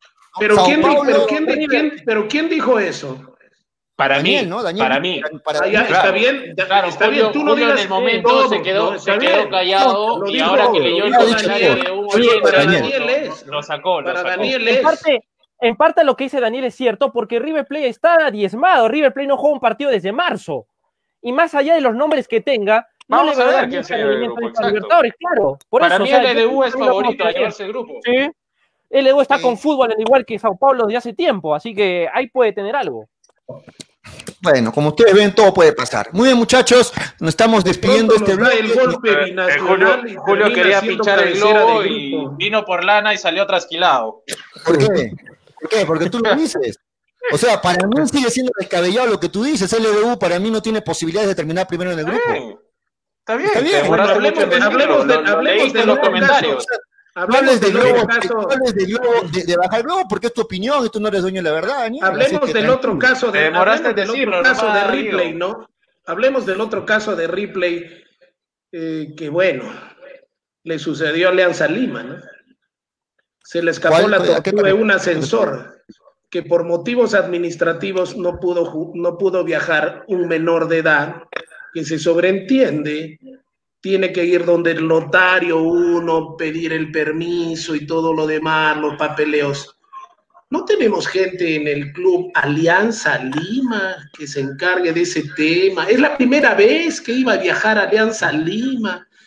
Pero ¿quién dijo eso? Para Daniel, mí, ¿no? Daniel, para mí. Está bien, claro, está bien. Tú no digas en el momento todo, se quedó callado y ahora que leyó el comentario de un oyente, lo sacó. En parte lo que dice Daniel es cierto, porque River Plate está diezmado. River Plate no juega un partido desde marzo. Y más allá de los nombres que tenga, no le va a dar mucho rendimiento a Libertadores, claro. Para mí el LDU es favorito a llevarse el grupo. Sí. LDU está con fútbol al igual que Sao Paulo desde hace tiempo, así que ahí puede tener algo. Bueno, como ustedes ven, todo puede pasar. Muy bien, muchachos, nos estamos despidiendo este bloque. El golpe binacional Julio quería pinchar el globo y vino por lana y salió trasquilado. ¿Por qué? ¿Por qué? Porque tú lo dices. O sea, para mí sigue siendo descabellado lo que tú dices. El LDU para mí no tiene posibilidades de terminar primero en el grupo. Está bien. Bueno, hablemos de los comentarios. Hablemos de bajar el globo porque es tu opinión y tú no eres dueño de la verdad, Daniel. Hablemos del otro caso de Ripley, ¿no? Hablemos del otro caso de Ripley, que bueno, le sucedió a Alianza Lima, ¿no? Se le escapó la tortuga de un ascensor, que por motivos administrativos no pudo viajar un menor de edad, que se sobreentiende tiene que ir donde el notario pedir el permiso y todo lo demás, los papeleos. ¿No tenemos gente en el club Alianza Lima que se encargue de ese tema? Es la primera vez que iba a viajar a Alianza Lima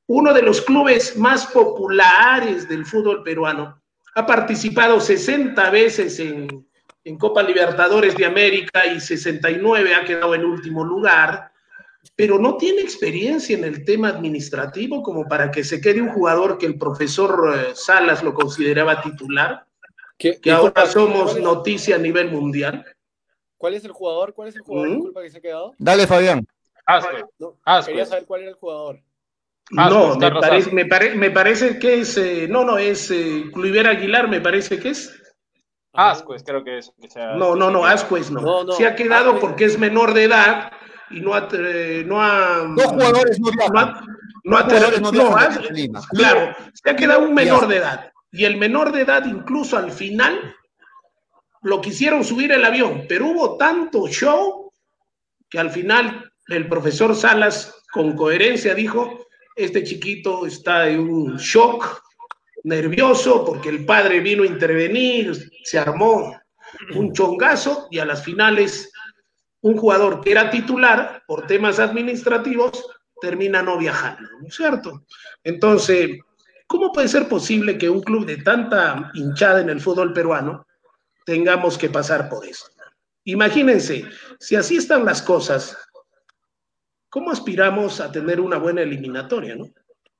uno de los clubes más populares del fútbol peruano. Ha participado 60 veces en Copa Libertadores de América y 69 ha quedado en último lugar, pero no tiene experiencia en el tema administrativo como para que se quede un jugador que el profesor Salas lo consideraba titular, que ahora somos noticia a nivel mundial. ¿Cuál es el jugador? Disculpa, que se ha quedado. Dale, Fabián. No, quería saber cuál era el jugador. No, me parece que es, es Cluiver Aguilar, me parece que es. Ascuez, creo que es. No, Ascuez no. Se ha quedado Ascuez porque es menor de edad y no ha dos jugadores no viajan. Claro, se ha quedado un menor de edad. Y el menor de edad, incluso al final, lo quisieron subir el avión, pero hubo tanto show que al final el profesor Salas, con coherencia, dijo: este chiquito está en un shock, nervioso, porque el padre vino a intervenir, se armó un chongazo, y a las finales un jugador que era titular por temas administrativos termina no viajando, ¿no es cierto? Entonces, ¿cómo puede ser posible que un club de tanta hinchada en el fútbol peruano tengamos que pasar por eso? Imagínense, si así están las cosas, ¿cómo aspiramos a tener una buena eliminatoria, no?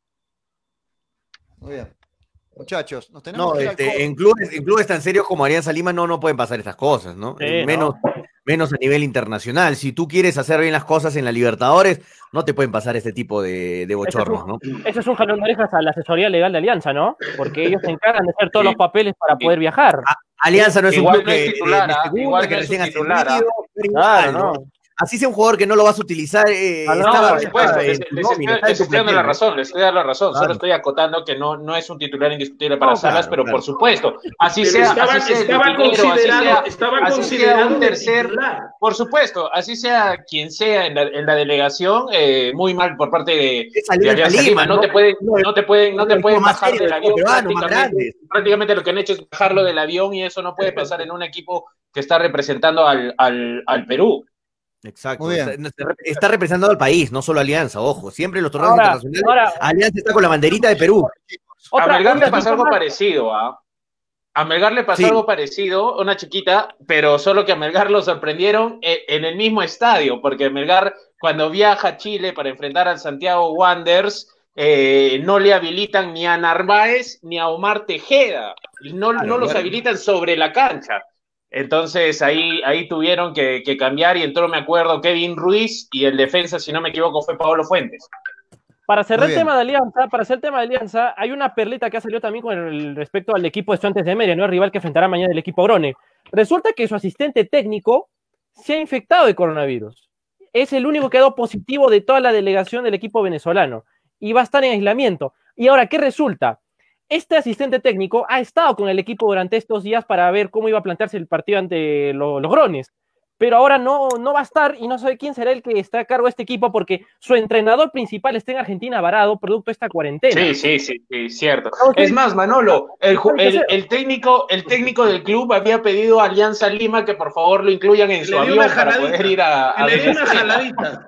Muy bien. Muchachos, nos tenemos en clubes tan serios como Alianza Lima no pueden pasar estas cosas, ¿no? Sí, menos a nivel internacional. Si tú quieres hacer bien las cosas en la Libertadores, no te pueden pasar este tipo de bochornos, ¿no? Eso es un jalón de orejas a la asesoría legal de Alianza, ¿no? Porque ellos se encargan de hacer todos los papeles para poder viajar. Alianza no es un club que igual que no es recién un titular. Claro, ¿no? Así sea un jugador que no lo vas a utilizar. Por supuesto, les estoy dando la razón, Claro. Solo estoy acotando que no es un titular indiscutible para Salas, pero por supuesto, así sea un tercer, por supuesto, así sea quien sea en la delegación, muy mal por parte de Alianza Lima, no te pueden bajar del avión prácticamente lo que han hecho es bajarlo del avión, y eso no puede pasar en un equipo que está representando al Perú. Exacto, está representando al país, no solo Alianza, ojo, siempre en los torneos internacionales Alianza está con la banderita de Perú. A Melgar le pasó algo parecido, a Melgar le pasó algo parecido, una chiquita, pero solo que a Melgar lo sorprendieron en el mismo estadio, porque Melgar, cuando viaja a Chile para enfrentar al Santiago Wanderers, no le habilitan ni a Narváez ni a Omar Tejeda, no los habilitan sobre la cancha. Entonces ahí tuvieron que cambiar, y entró, me acuerdo, Kevin Ruiz, y el defensa, si no me equivoco, fue Pablo Fuentes. Para cerrar el tema de Alianza, hay una perlita que ha salido también con respecto al equipo de Estudiantes de Mérida, ¿no? El rival que enfrentará mañana el equipo Grone. Resulta que su asistente técnico se ha infectado de coronavirus. Es el único que ha dado positivo de toda la delegación del equipo venezolano y va a estar en aislamiento. Y ahora, ¿qué resulta? Este asistente técnico ha estado con el equipo durante estos días para ver cómo iba a plantearse el partido ante los Grones, pero ahora no va a estar, y no sabe quién será el que está a cargo de este equipo, porque su entrenador principal está en Argentina varado producto de esta cuarentena. Sí, cierto. Es más, Manolo, el técnico del club había pedido a Alianza Lima que por favor lo incluyan en su avión para poder ir a le dio una jaladita.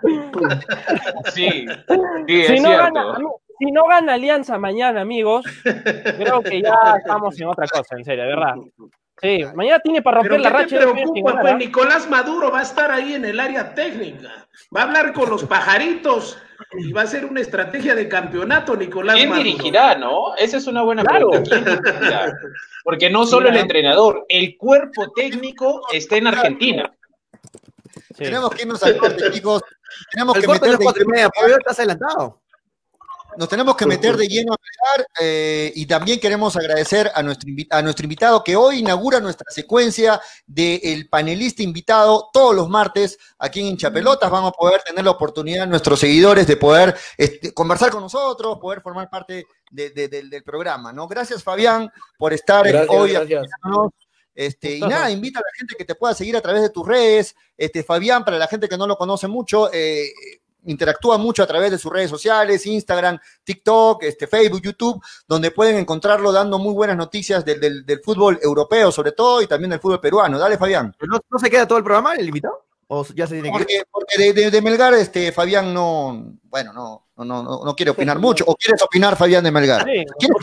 Sí, es cierto. Si no gana Alianza mañana, amigos, creo que ya estamos en otra cosa, en serio, de verdad. Sí, mañana tiene para romper la racha. ¿Pero qué te preocupa? Pues Nicolás Maduro va a estar ahí en el área técnica. Va a hablar con los pajaritos y va a ser una estrategia de campeonato, Nicolás Maduro. ¿Quién dirigirá, no? Esa es una buena pregunta. ¿Quién dirigirá? Porque no solo el entrenador, el cuerpo técnico está en Argentina. Sí. Tenemos que irnos al corte, chicos. Tenemos que meter de 4:30, pero estás adelantado. Nos tenemos que meter de lleno a hablar, y también queremos agradecer a nuestro invitado que hoy inaugura nuestra secuencia del panelista invitado todos los martes aquí en Hinchapelotas. Vamos a poder tener la oportunidad, nuestros seguidores, de poder conversar con nosotros, poder formar parte del programa, ¿no? Gracias, Fabián, por estar hoy acompañándonos. Y nada, invita a la gente que te pueda seguir a través de tus redes. Fabián, para la gente que no lo conoce mucho, interactúa mucho a través de sus redes sociales, Instagram, TikTok, Facebook, YouTube, donde pueden encontrarlo dando muy buenas noticias del fútbol europeo, sobre todo, y también del fútbol peruano. Dale, Fabián. ¿No se queda todo el programa, el invitado? ¿O ya se tiene que ir? Porque de Melgar, Fabián bueno, no quiere opinar mucho. ¿O quieres opinar, Fabián, de Melgar? Sí,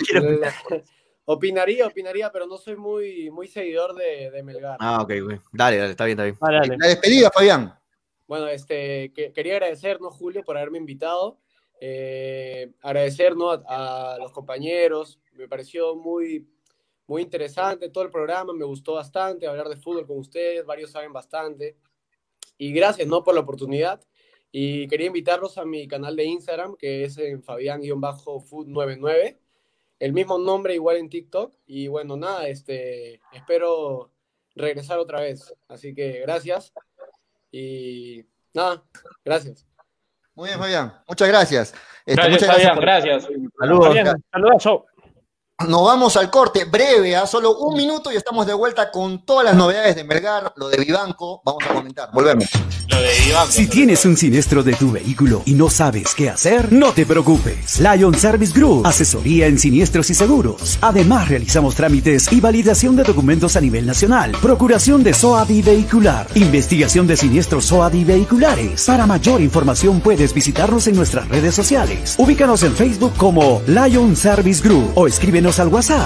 opinaría, pero no soy muy seguidor de Melgar. Ok, güey. Dale, está bien. Dale. La despedida, Fabián. Bueno, quería agradecernos, Julio, por haberme invitado. Agradecernos a los compañeros. Me pareció muy interesante todo el programa, me gustó bastante hablar de fútbol con ustedes, varios saben bastante. Y gracias, ¿no?, por la oportunidad. Y quería invitarlos a mi canal de Instagram, que es en Fabián-Food99. El mismo nombre igual en TikTok. Y bueno, nada, espero regresar otra vez. Así que gracias. Y nada, gracias. Muy bien, Fabián. Muchas gracias. Gracias, Fabián, gracias. Saludos. Saludos. Nos vamos al corte breve, solo un minuto y estamos de vuelta con todas las novedades de Melgar, lo de Vivanco. Vamos a comentar. Volvemos. Si tienes un siniestro de tu vehículo y no sabes qué hacer, no te preocupes. Lion Service Group, asesoría en siniestros y seguros. Además, realizamos trámites y validación de documentos a nivel nacional, procuración de SOAD y vehicular, investigación de siniestros SOAD y vehiculares. Para mayor información puedes visitarnos en nuestras redes sociales. Ubícanos en Facebook como Lion Service Group o escríbenos al WhatsApp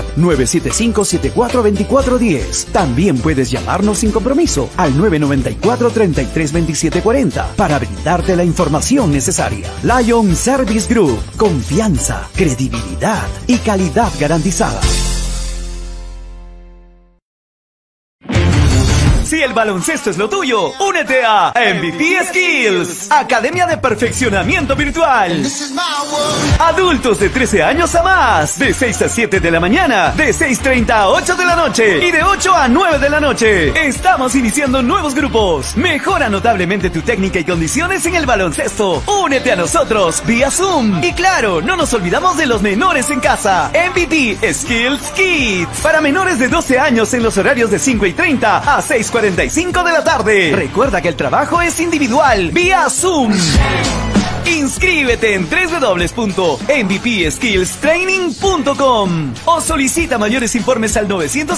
975-742410. También puedes llamarnos sin compromiso al 994-332740 para brindarte la información necesaria. Lion Service Group, confianza, credibilidad y calidad garantizada. Si el baloncesto es lo tuyo, únete a MVP Skills, Academia de Perfeccionamiento Virtual. Adultos de 13 años a más, de 6 a 7 de la mañana, de 6:30 a 8 de la noche y de 8 a 9 de la noche. Estamos iniciando nuevos grupos. Mejora notablemente tu técnica y condiciones en el baloncesto. Únete a nosotros vía Zoom. Y claro, no nos olvidamos de los menores en casa. MVP Skills Kids, para menores de 12 años en los horarios de 5:30 a 6:45 de la tarde. Recuerda que el trabajo es individual, vía Zoom. Inscríbete en www.mvpskillstraining.com o solicita mayores informes al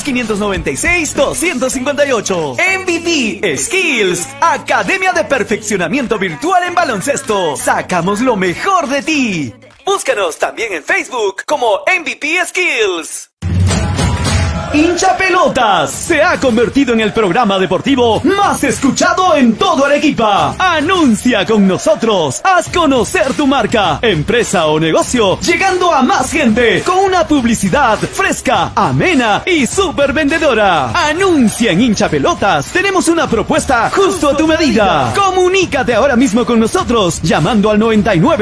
900-596-258. MVP Skills, Academia de Perfeccionamiento Virtual en Baloncesto. Sacamos lo mejor de ti. Búscanos también en Facebook como MVP Skills. Hincha Pelotas se ha convertido en el programa deportivo más escuchado en todo Arequipa. Anuncia con nosotros. Haz conocer tu marca, empresa o negocio, llegando a más gente con una publicidad fresca, amena y súper vendedora. Anuncia en Hincha Pelotas. Tenemos una propuesta justo a tu medida. Comunícate ahora mismo con nosotros llamando al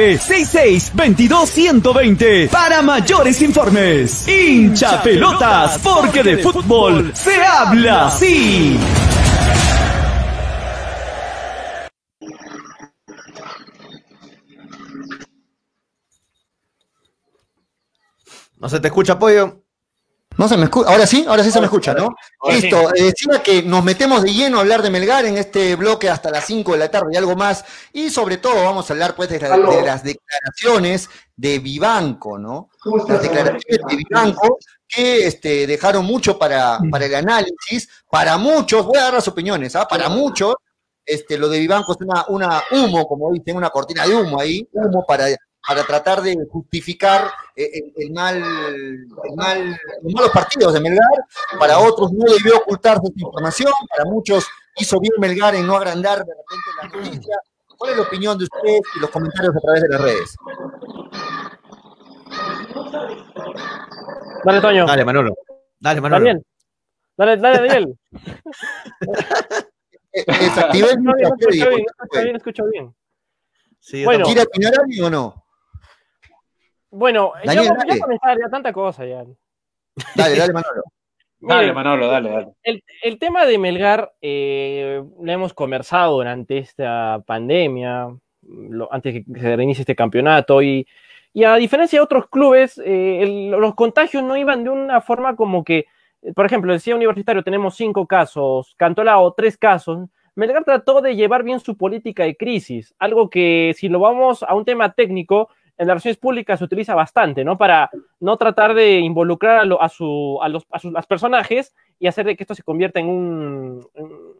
9966-22-120 para mayores informes. Hincha Pelotas, porque de fútbol se habla así. No se te escucha, Pollo. No se me escucha. Ahora sí se me escucha, ¿no? Listo. Decía que nos metemos de lleno a hablar de Melgar en este bloque hasta las 5 de la tarde y algo más. Y sobre todo vamos a hablar pues de las declaraciones de Vivanco, ¿no? Las declaraciones de Vivanco que dejaron mucho para el análisis. Para muchos, voy a dar las opiniones, para muchos, lo de Vivanco es una humo, como dicen, una cortina de humo ahí, humo para tratar de justificar los malos partidos de Melgar. Para otros no debió ocultarse esta información, para muchos hizo bien Melgar en no agrandar de repente la noticia. ¿Cuál es la opinión de ustedes y los comentarios a través de las redes? Dale, Toño. Dale, Manolo. Daniel. Dale, Daniel. Escucho bien. Sí, bueno, ¿quiere opinar alguien o no? Bueno, Daniel, ya comenzar ya tanta cosa ya. Dale, Manolo. Dale, Manolo, dale. El tema de Melgar lo hemos conversado durante esta pandemia, antes que se reinicie este campeonato, y a diferencia de otros clubes, los contagios no iban de una forma como que, por ejemplo, decía Universitario, tenemos 5 casos, Cantolao 3 casos. Melgar trató de llevar bien su política de crisis, algo que si lo vamos a un tema técnico, en las relaciones públicas se utiliza bastante, ¿no? Para no tratar de involucrar a los personajes y hacer de que esto se convierta en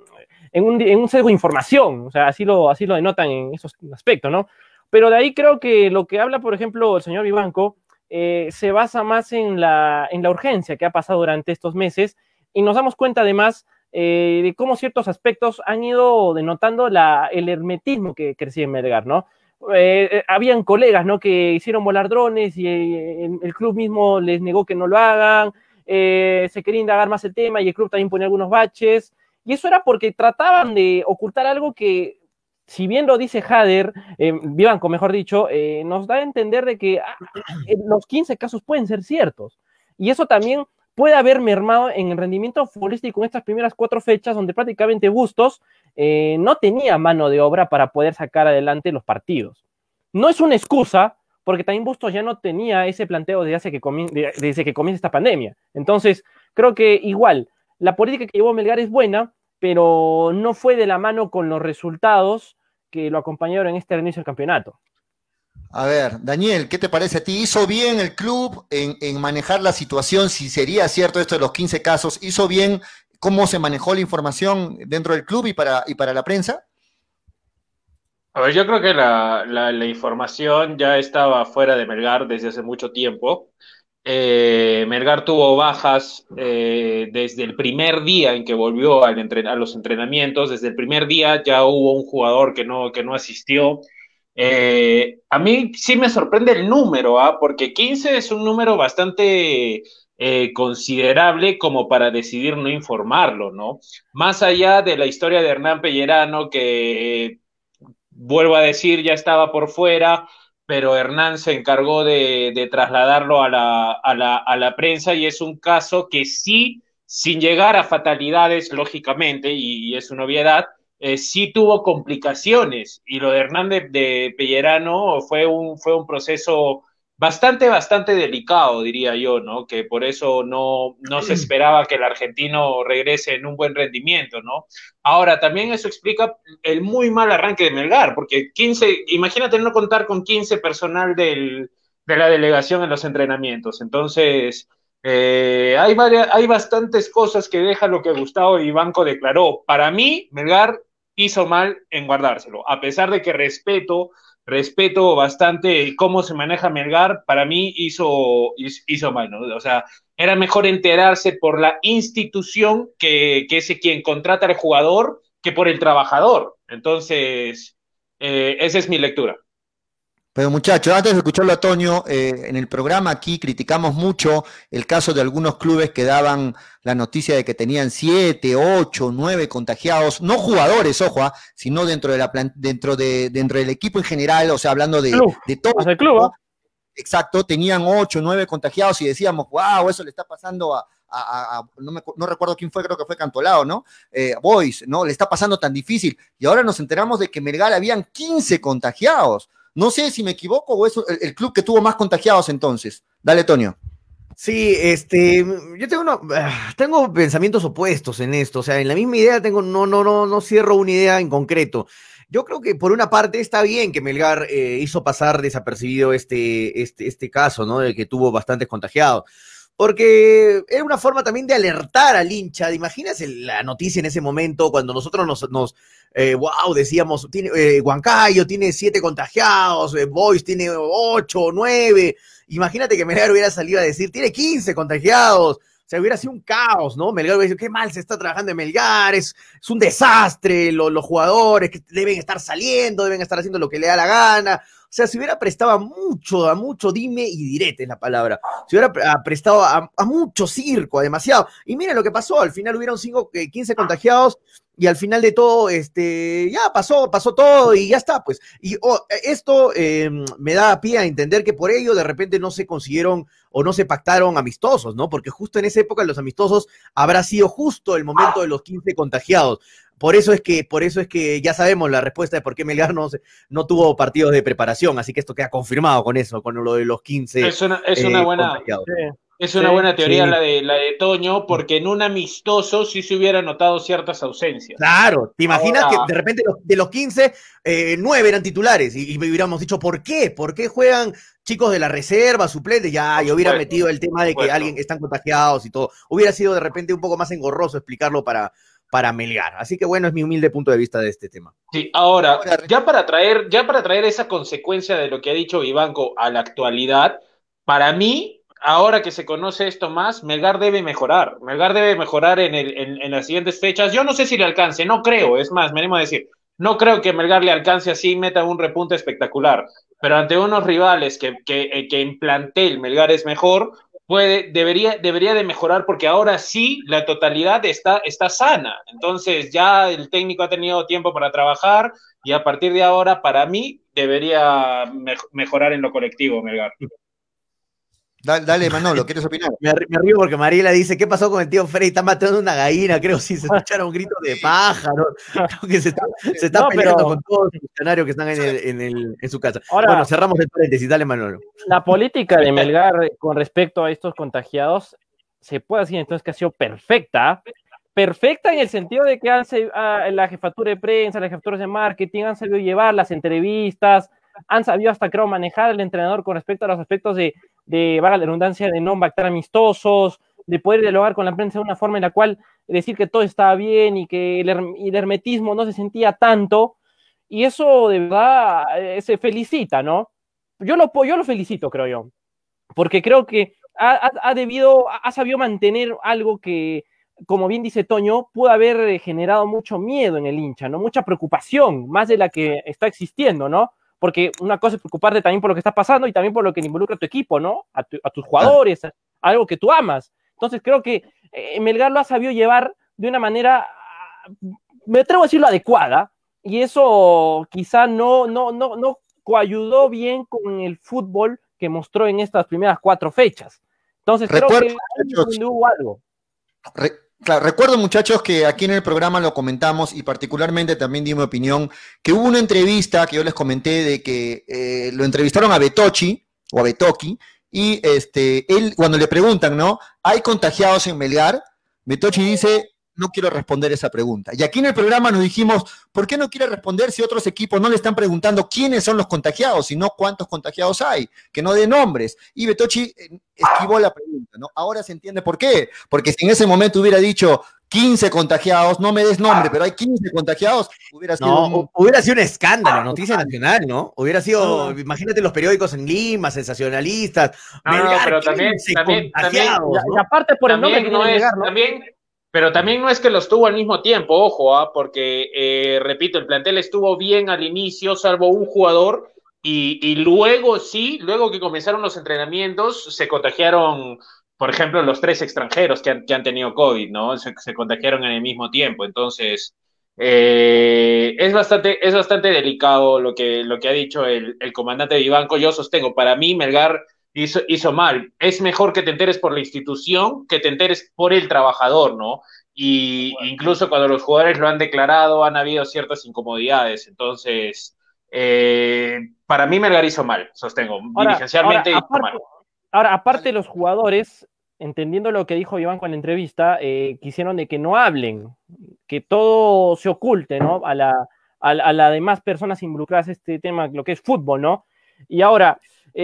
en un sesgo de información, o sea, así lo denotan en esos aspectos, ¿no? Pero de ahí creo que lo que habla, por ejemplo, el señor Vivanco, se basa más en la urgencia que ha pasado durante estos meses, y nos damos cuenta además de cómo ciertos aspectos han ido denotando el hermetismo que crecía en Melgar, ¿no? Habían colegas, ¿no?, que hicieron volar drones y el club mismo les negó que no lo hagan, se quería indagar más el tema y el club también ponía algunos baches, y eso era porque trataban de ocultar algo que, si bien lo dice Jader, Vivanco, mejor dicho, nos da a entender de que los 15 casos pueden ser ciertos. Y eso también puede haber mermado en el rendimiento futbolístico en estas primeras 4 fechas, donde prácticamente Bustos no tenía mano de obra para poder sacar adelante los partidos. No es una excusa, porque también Bustos ya no tenía ese planteo desde que comienza esta pandemia. Entonces, creo que igual, la política que llevó Melgar es buena, pero no fue de la mano con los resultados que lo acompañaron en este reinicio del campeonato. A ver, Daniel, ¿qué te parece a ti? ¿Hizo bien el club en manejar la situación? Si sería cierto esto de los 15 casos, ¿hizo bien cómo se manejó la información dentro del club y para la prensa? A ver, yo creo que la información ya estaba fuera de Melgar desde hace mucho tiempo. Melgar tuvo bajas desde el primer día en que volvió a los entrenamientos. Desde el primer día ya hubo un jugador que no asistió. A mí sí me sorprende el número, porque 15 es un número bastante considerable como para decidir no informarlo, ¿no? Más allá de la historia de Hernán Pellerano, que vuelvo a decir, ya estaba por fuera, pero Hernán se encargó de trasladarlo a la prensa, y es un caso que sí, sin llegar a fatalidades, lógicamente, y es una obviedad, sí tuvo complicaciones, y lo de Hernán de Pellerano fue un proceso bastante delicado, diría yo, ¿no? Que por eso no se esperaba que el argentino regrese en un buen rendimiento, ¿no? Ahora, también eso explica el muy mal arranque de Melgar, porque 15, imagínate no contar con 15 personal de la delegación en los entrenamientos. Entonces, hay bastantes cosas que deja lo que Gustavo Vivanco declaró. Para mí, Melgar hizo mal en guardárselo, a pesar de que respeto bastante cómo se maneja Melgar. Para mí hizo mal, ¿no? O sea, era mejor enterarse por la institución que es quien contrata al jugador, que por el trabajador. Entonces, esa es mi lectura. Pero muchachos, antes de escucharlo a Toño, en el programa aquí criticamos mucho el caso de algunos clubes que daban la noticia de que tenían 7, 8, 9 contagiados, no jugadores, ojo, sino dentro del equipo en general, o sea, hablando de todo el club, ¿no? Exacto, tenían 8, 9 contagiados y decíamos, wow, eso le está pasando no recuerdo quién fue, creo que fue Cantolao, ¿no? Boys, ¿no? Le está pasando tan difícil. Y ahora nos enteramos de que en Melgar habían 15 contagiados. No sé si me equivoco o es el club que tuvo más contagiados entonces. Dale, Tonio. Sí, yo tengo pensamientos opuestos en esto, o sea, en la misma idea no cierro una idea en concreto. Yo creo que por una parte está bien que Melgar hizo pasar desapercibido este caso, ¿no? De que tuvo bastantes contagiados, porque era una forma también de alertar al hincha. ¿Imaginas la noticia en ese momento cuando nosotros wow, decíamos, Huancayo tiene 7 contagiados, Boys tiene 8 o 9, imagínate que Melgar hubiera salido a decir, tiene 15 contagiados, o sea, hubiera sido un caos, ¿no? Melgar hubiera dicho, qué mal se está trabajando en Melgar, es un desastre, los jugadores que deben estar saliendo, deben estar haciendo lo que le da la gana. O sea, se hubiera prestado a mucho dime y direte es la palabra. Se hubiera prestado a mucho circo, a demasiado. Y miren lo que pasó, al final hubieron 15 contagiados, y al final de todo, ya pasó todo y ya está, pues. Y esto me da pie a entender que por ello de repente no se consiguieron o no se pactaron amistosos, ¿no? Porque justo en esa época los amistosos habrá sido justo el momento de los 15 contagiados. Por eso es que ya sabemos la respuesta de por qué Melgar no tuvo partidos de preparación, así que esto queda confirmado con eso, con lo de los 15 Es una buena, es una buena teoría, sí. la de Toño, porque en un amistoso sí se hubiera notado ciertas ausencias. Claro, ¿te imaginas que de repente de los 15, 9 eran titulares? Y hubiéramos dicho, ¿por qué? ¿Por qué juegan chicos de la reserva, suplentes? Ya, yo hubiera metido el tema de que alguien están contagiados y todo. Hubiera sido de repente un poco más engorroso explicarlo para para Melgar. Así que bueno, es mi humilde punto de vista de este tema. Sí, ahora, ya para traer esa consecuencia de lo que ha dicho Vivanco a la actualidad, para mí, ahora que se conoce esto más, Melgar debe mejorar. Melgar debe mejorar en las siguientes fechas. Yo no sé si le alcance, no creo, es más, me animo a decir, no creo que Melgar le alcance así, meta un repunte espectacular, pero ante unos rivales que en plantel Melgar es mejor, debería de mejorar porque ahora sí la totalidad está sana. Entonces ya el técnico ha tenido tiempo para trabajar y a partir de ahora, para mí, debería mejorar en lo colectivo, Melgar. Dale, Manolo, ¿quieres opinar? Me río porque Mariela dice, ¿qué pasó con el tío Freddy? Está matando una gallina, creo, si se escucharon gritos de pájaro. Creo que se está peleando con todos los funcionarios que están en su casa. Ahora, bueno, cerramos el paréntesis, dale, Manolo. La política de Melgar con respecto a estos contagiados se puede decir entonces que ha sido perfecta. Perfecta en el sentido de que la jefatura de prensa, las jefaturas de marketing han sabido llevar las entrevistas, han sabido hasta creo manejar al entrenador con respecto a los aspectos de valga la redundancia, de no pactar amistosos, de poder dialogar con la prensa de una forma en la cual decir que todo estaba bien y que el hermetismo no se sentía tanto, y eso de verdad se felicita, ¿no? Yo lo felicito, creo yo, porque creo que ha sabido mantener algo que, como bien dice Toño, pudo haber generado mucho miedo en el hincha, ¿no? Mucha preocupación, más de la que está existiendo, ¿no? Porque una cosa es preocuparte también por lo que está pasando y también por lo que involucra a tu equipo, ¿no? A tus jugadores, algo que tú amas. Entonces creo que Melgar lo ha sabido llevar de una manera, me atrevo a decirlo, adecuada, y eso quizá no coayudó bien con el fútbol que mostró en estas primeras 4 fechas. Entonces creo que hubo algo. Claro, recuerdo, muchachos, que aquí en el programa lo comentamos y particularmente también di mi opinión, que hubo una entrevista que yo les comenté de que lo entrevistaron a Betochi, o a Betoki, y él, cuando le preguntan, ¿no? ¿Hay contagiados en Melgar? Betochi dice, no quiero responder esa pregunta. Y aquí en el programa nos dijimos, ¿por qué no quiere responder si otros equipos no le están preguntando quiénes son los contagiados, sino cuántos contagiados hay? Que no dé nombres. Y Betochi esquivó la pregunta, ¿no? Ahora se entiende por qué. Porque si en ese momento hubiera dicho 15 contagiados, no me des nombre, pero hay 15 contagiados, hubiera sido hubiera sido un escándalo, noticia nacional, ¿no? Hubiera sido, imagínate los periódicos en Lima, sensacionalistas. Pero también, y aparte por el nombre que no tiene es, Melgar, ¿no? Pero también no es que los tuvo al mismo tiempo, ojo, porque, repito, el plantel estuvo bien al inicio, salvo un jugador, y luego luego que comenzaron los entrenamientos, se contagiaron, por ejemplo, los 3 extranjeros que han tenido COVID, ¿no? Se contagiaron en el mismo tiempo, entonces es bastante delicado lo que ha dicho el comandante Vivanco. Yo sostengo, para mí Melgar hizo mal. Es mejor que te enteres por la institución que te enteres por el trabajador, ¿no? Y incluso cuando los jugadores lo han declarado, han habido ciertas incomodidades. Entonces, para mí Melgar hizo mal, sostengo. Dirigencialmente hizo mal. Ahora, aparte los jugadores, entendiendo lo que dijo Iván con la entrevista, quisieron de que no hablen, que todo se oculte, ¿no? A las demás personas involucradas en este tema, lo que es fútbol, ¿no? Y ahora,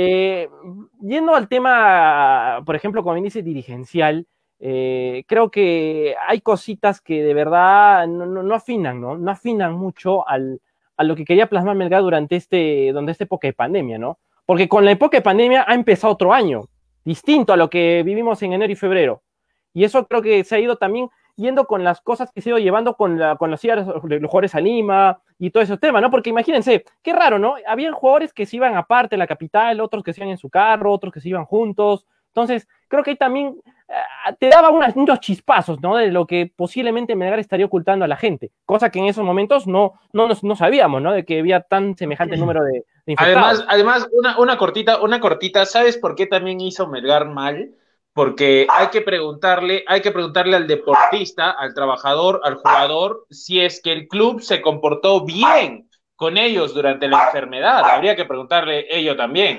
yendo al tema, por ejemplo, como bien dice, dirigencial, creo que hay cositas que de verdad no afinan, ¿no? No afinan mucho a lo que quería plasmar Melgar durante esta época de pandemia, ¿no? Porque con la época de pandemia ha empezado otro año, distinto a lo que vivimos en enero y febrero. Y eso creo que se ha ido también yendo con las cosas que se ha ido llevando con los jugadores a Lima y todo ese tema, ¿no? Porque imagínense, qué raro, ¿no? Habían jugadores que se iban aparte de la capital, otros que se iban en su carro, otros que se iban juntos. Entonces, creo que ahí también te daba unos chispazos, ¿no? De lo que posiblemente Melgar estaría ocultando a la gente, cosa que en esos momentos no sabíamos, ¿no? De que había tan semejante número de infectados. Además, una cortita, ¿sabes por qué también hizo Melgar mal? Porque hay que preguntarle al deportista, al trabajador, al jugador, si es que el club se comportó bien con ellos durante la enfermedad. Habría que preguntarle ello también.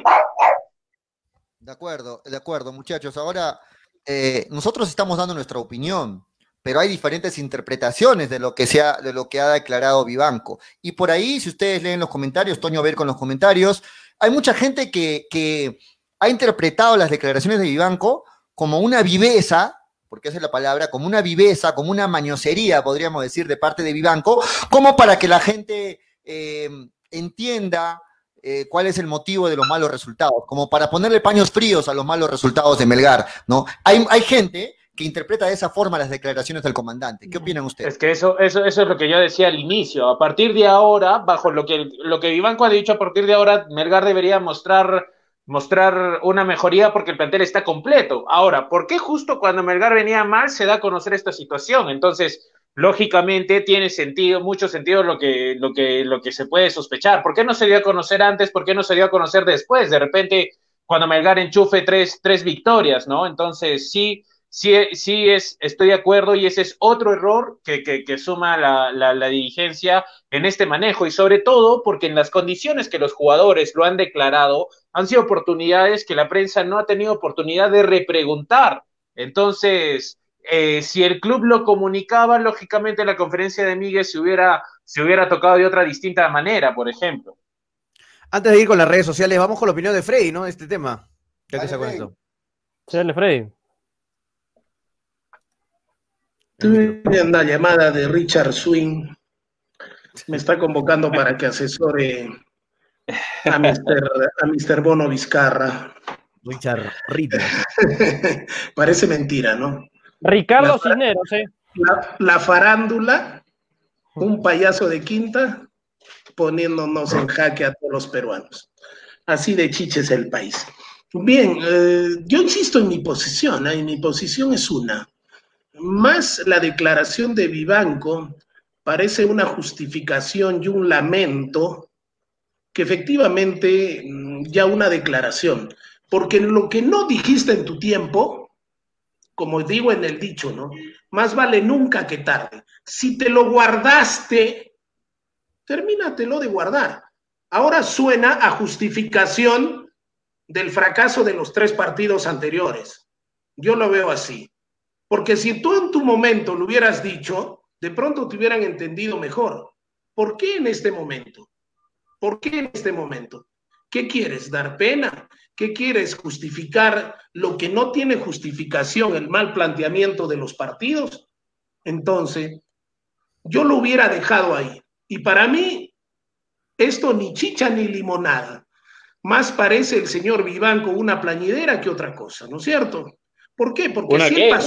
De acuerdo, muchachos. Ahora, nosotros estamos dando nuestra opinión, pero hay diferentes interpretaciones de lo que ha declarado Vivanco. Y por ahí, si ustedes leen los comentarios, Toño, a ver con los comentarios, hay mucha gente que ha interpretado las declaraciones de Vivanco como una viveza, porque esa es la palabra, como una viveza, como una mañosería, podríamos decir, de parte de Vivanco, como para que la gente entienda cuál es el motivo de los malos resultados, como para ponerle paños fríos a los malos resultados de Melgar, ¿no? Hay gente que interpreta de esa forma las declaraciones del comandante. ¿Qué opinan ustedes? Es que eso es lo que yo decía al inicio. A partir de ahora, bajo lo que Vivanco ha dicho, a partir de ahora, Melgar debería mostrar una mejoría porque el plantel está completo. Ahora, ¿por qué justo cuando Melgar venía mal se da a conocer esta situación? Entonces, lógicamente tiene sentido, mucho sentido lo que se puede sospechar. ¿Por qué no se dio a conocer antes? ¿Por qué no se dio a conocer después? De repente, cuando Melgar enchufe tres victorias, ¿no? Entonces, estoy de acuerdo y ese es otro error que suma la dirigencia en este manejo y sobre todo porque en las condiciones que los jugadores lo han declarado han sido oportunidades que la prensa no ha tenido oportunidad de repreguntar. Entonces, si el club lo comunicaba, lógicamente la conferencia de Miguel se hubiera tocado de otra distinta manera, por ejemplo. Antes de ir con las redes sociales, vamos con la opinión de Freddy, ¿no? De este tema. Ya que se con esto. Sí, dale, Freddy. Tuve una llamada de Richard Swing. Me está convocando para que asesore a Mr. Bono Vizcarra. Richard Rita. Parece mentira, ¿no? Ricardo Cisneros, ¿eh? La farándula, un payaso de quinta, poniéndonos en jaque a todos los peruanos. Así de chiche es el país. Bien, yo insisto en mi posición, y mi posición es una. Más la declaración de Vivanco parece una justificación y un lamento que efectivamente ya una declaración. Porque lo que no dijiste en tu tiempo, como digo en el dicho, ¿no? Más vale nunca que tarde. Si te lo guardaste, termínatelo de guardar. Ahora suena a justificación del fracaso de los 3 partidos anteriores. Yo lo veo así. Porque si tú en tu momento lo hubieras dicho, de pronto te hubieran entendido mejor. ¿Por qué en este momento? ¿Por qué en este momento? ¿Qué quieres? ¿Dar pena? ¿Qué quieres? ¿Justificar lo que no tiene justificación, el mal planteamiento de los partidos? Entonces, yo lo hubiera dejado ahí. Y para mí, esto ni chicha ni limonada. Más parece el señor Vivanco una plañidera que otra cosa, ¿no es cierto? ¿Por qué? Porque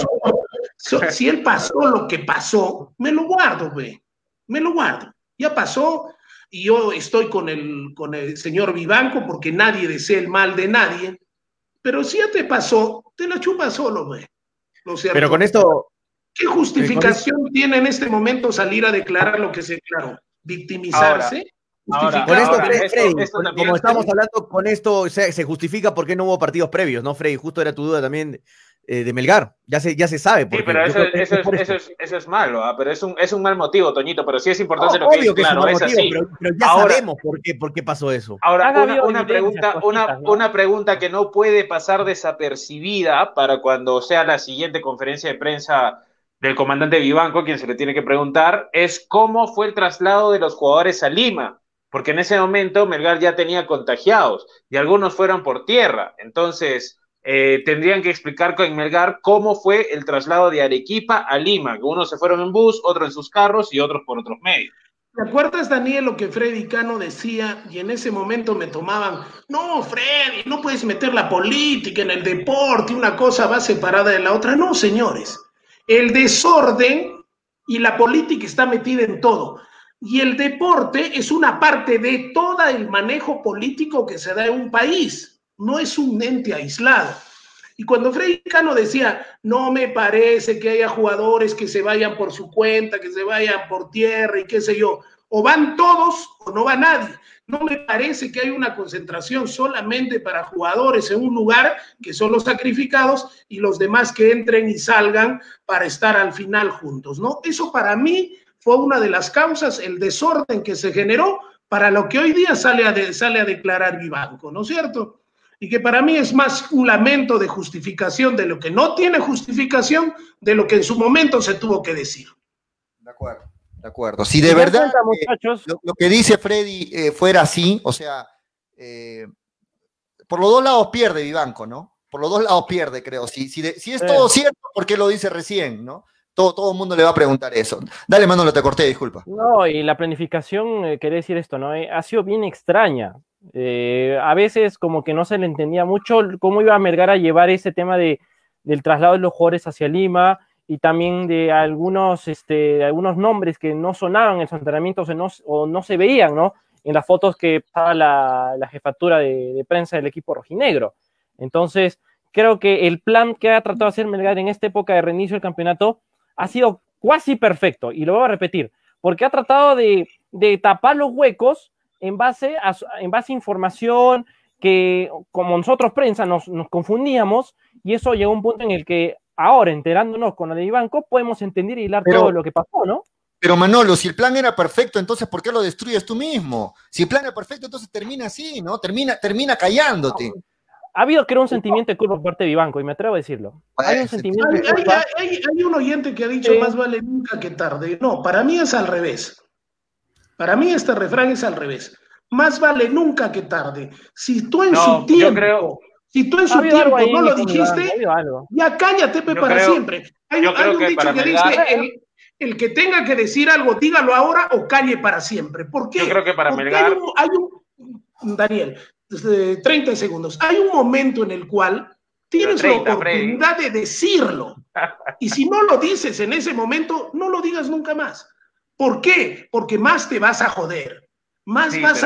si él pasó lo que pasó, me lo guardo, ve. Me lo guardo. Ya pasó y yo estoy con el señor Vivanco porque nadie desea el mal de nadie. Pero si ya te pasó, te la chupas solo, ve. ¿No es cierto? Pero con esto... ¿Qué justificación tiene en este momento salir a declarar lo que se declaró? ¿Victimizarse? Con esto, Freddy, como estamos hablando, con esto se justifica por qué no hubo partidos previos, ¿no, Freddy? Justo era tu duda también de Melgar. Ya se sabe. Sí, pero eso es malo, pero es un mal motivo, Toñito, pero sí es importante lo que es claro, es así. Pero ya sabemos por qué pasó eso. Ahora, una pregunta que no puede pasar desapercibida para cuando sea la siguiente conferencia de prensa del comandante Vivanco, quien se le tiene que preguntar, es cómo fue el traslado de los jugadores a Lima. Porque en ese momento Melgar ya tenía contagiados y algunos fueron por tierra. Entonces, tendrían que explicar con Melgar cómo fue el traslado de Arequipa a Lima, que unos se fueron en bus, otros en sus carros y otros por otros medios. ¿Te acuerdas, Daniel, lo que Freddy Cano decía? Y en ese momento me tomaban, no, Freddy, no puedes meter la política en el deporte, una cosa va separada de la otra. No, señores, el desorden y la política está metida en todo. Y el deporte es una parte de todo el manejo político que se da en un país, no es un ente aislado. Y cuando Freddy Cano decía, no me parece que haya jugadores que se vayan por su cuenta, que se vayan por tierra y qué sé yo, o van todos o no va nadie. No me parece que haya una concentración solamente para jugadores en un lugar que son los sacrificados y los demás que entren y salgan para estar al final juntos, ¿no? Eso para mí fue una de las causas, el desorden que se generó para lo que hoy día sale a declarar Vivanco, ¿no es cierto? Y que para mí es más un lamento de justificación de lo que no tiene justificación de lo que en su momento se tuvo que decir. De acuerdo. Si de verdad lo que dice Freddy fuera así, o sea, por los dos lados pierde Vivanco, ¿no? por los dos lados pierde, creo. Si es todo cierto, ¿por qué lo dice recién, no? Todo el mundo le va a preguntar eso. Dale, Manolo, te corté, disculpa. No, y la planificación, quería decir esto, ¿no? Ha sido bien extraña. A veces como que no se le entendía mucho cómo iba a Melgar a llevar ese tema del traslado de los jugadores hacia Lima, y también de algunos nombres que no sonaban en sus entrenamientos o no se veían, ¿no? En las fotos que estaba la jefatura de prensa del equipo rojinegro. Entonces, creo que el plan que ha tratado de hacer Melgar en esta época de reinicio del campeonato ha sido casi perfecto, y lo voy a repetir, porque ha tratado de tapar los huecos en base a información que, como nosotros prensa, nos confundíamos, y eso llegó a un punto en el que ahora, enterándonos con lo de Vivanco, podemos entender y hilar todo lo que pasó, ¿no? Pero Manolo, si el plan era perfecto, entonces ¿por qué lo destruyes tú mismo? Si el plan era perfecto, entonces termina así, ¿no? Termina callándote. Ha habido, creo, un sentimiento de culpa por parte de Vivanco, y me atrevo a decirlo. Hay un sentimiento de culpa. Hay un oyente que ha dicho más vale nunca que tarde. No, para mí es al revés. Para mí este refrán es al revés. Más vale nunca que tarde. Si tú en su tiempo no lo dijiste, ya cállate para siempre. Hay un dicho que dice, el que tenga que decir algo, dígalo ahora o calle para siempre. ¿Por qué? Yo creo que para Melgar... Daniel, 30 segundos. Hay un momento en el cual tienes la oportunidad de decirlo. Y si no lo dices en ese momento, no lo digas nunca más. ¿Por qué? Porque más te vas a joder. Más vas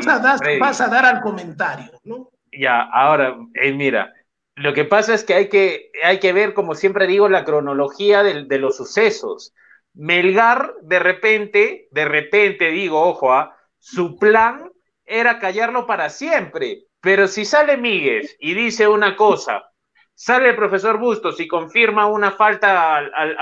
a dar al comentario, ¿no? Ya, ahora, mira, lo que pasa es que hay que ver, como siempre digo, la cronología de los sucesos. Melgar, de repente, digo, ojo, su plan era callarlo para siempre, pero si sale Míguez y dice una cosa, sale el profesor Bustos y confirma una falta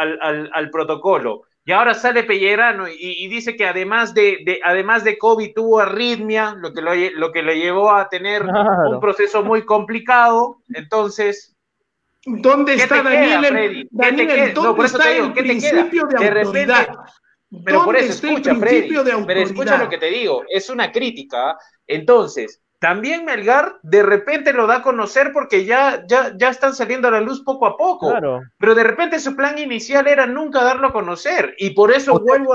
al protocolo, y ahora sale Pellerano y dice que además de COVID tuvo arritmia, lo que le llevó a tener un proceso muy complicado. Entonces, ¿dónde está Daniel? Daniel, ¿dónde está el principio de autoridad? Pero por eso, escucha, Freddy, pero escucha lo que te digo, es una crítica. Entonces, también Melgar de repente lo da a conocer porque ya están saliendo a la luz poco a poco. Claro. Pero de repente su plan inicial era nunca darlo a conocer. Y por eso vuelvo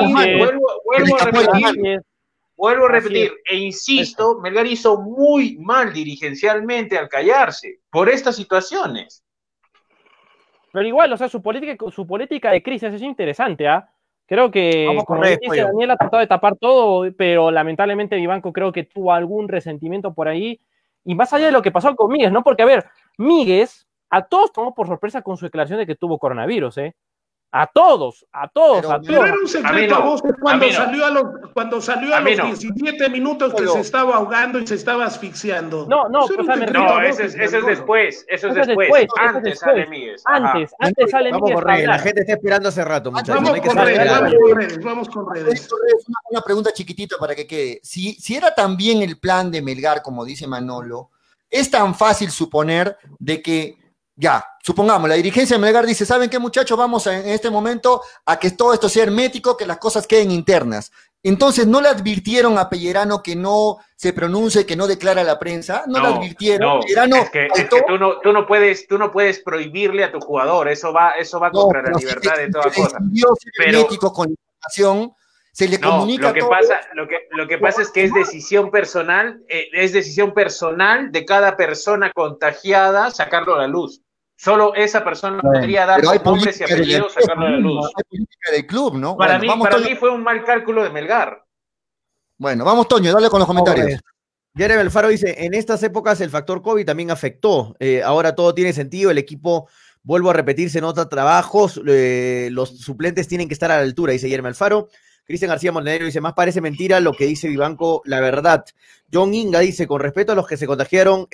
a repetir, e insisto, Melgar hizo muy mal dirigencialmente al callarse por estas situaciones. Pero igual, o sea, su política de crisis es interesante, ¿ah? Creo que, como dice Daniel, ha tratado de tapar todo, pero lamentablemente Vivanco creo que tuvo algún resentimiento por ahí, y más allá de lo que pasó con Míguez, ¿no? Porque, a ver, Míguez a todos tomó por sorpresa con su declaración de que tuvo coronavirus, ¿eh? A todos. Pero era un secreto a voces cuando salió a los 17 minutos que se estaba ahogando y se estaba asfixiando. Eso es después. Antes sale Míguez. Antes sale Míguez. La gente está esperando hace rato, muchachos. Vamos con redes. Una pregunta chiquitita para que quede. Si era también el plan de Melgar, como dice Manolo, es tan fácil suponer de que ya, supongamos, la dirigencia de Melgar dice, ¿saben qué, muchachos? Vamos en este momento a que todo esto sea hermético, que las cosas queden internas. Entonces, ¿no le advirtieron a Pellerano que no se pronuncie, que no declara a la prensa? ¿No le advirtieron? Pellerano, es que tú no puedes prohibirle a tu jugador, eso va contra la libertad de toda cosa. Hermético con información, se le comunica lo que pasa es que es decisión personal de cada persona contagiada sacarlo a la luz. Solo esa persona podría dar nombres y apellidos, sacarlo a la luz. Hay política del club, ¿no? Para mí fue un mal cálculo de Melgar. Bueno, vamos, Toño, dale con los comentarios. Jeremy Alfaro dice, en estas épocas el factor COVID también afectó. Ahora todo tiene sentido, el equipo, vuelvo a repetir, se nota trabajos, los suplentes tienen que estar a la altura, dice Jeremy Alfaro. Cristian García Montenegro dice, más parece mentira lo que dice Vivanco, la verdad. John Inga dice, con respeto a los que se contagiaron,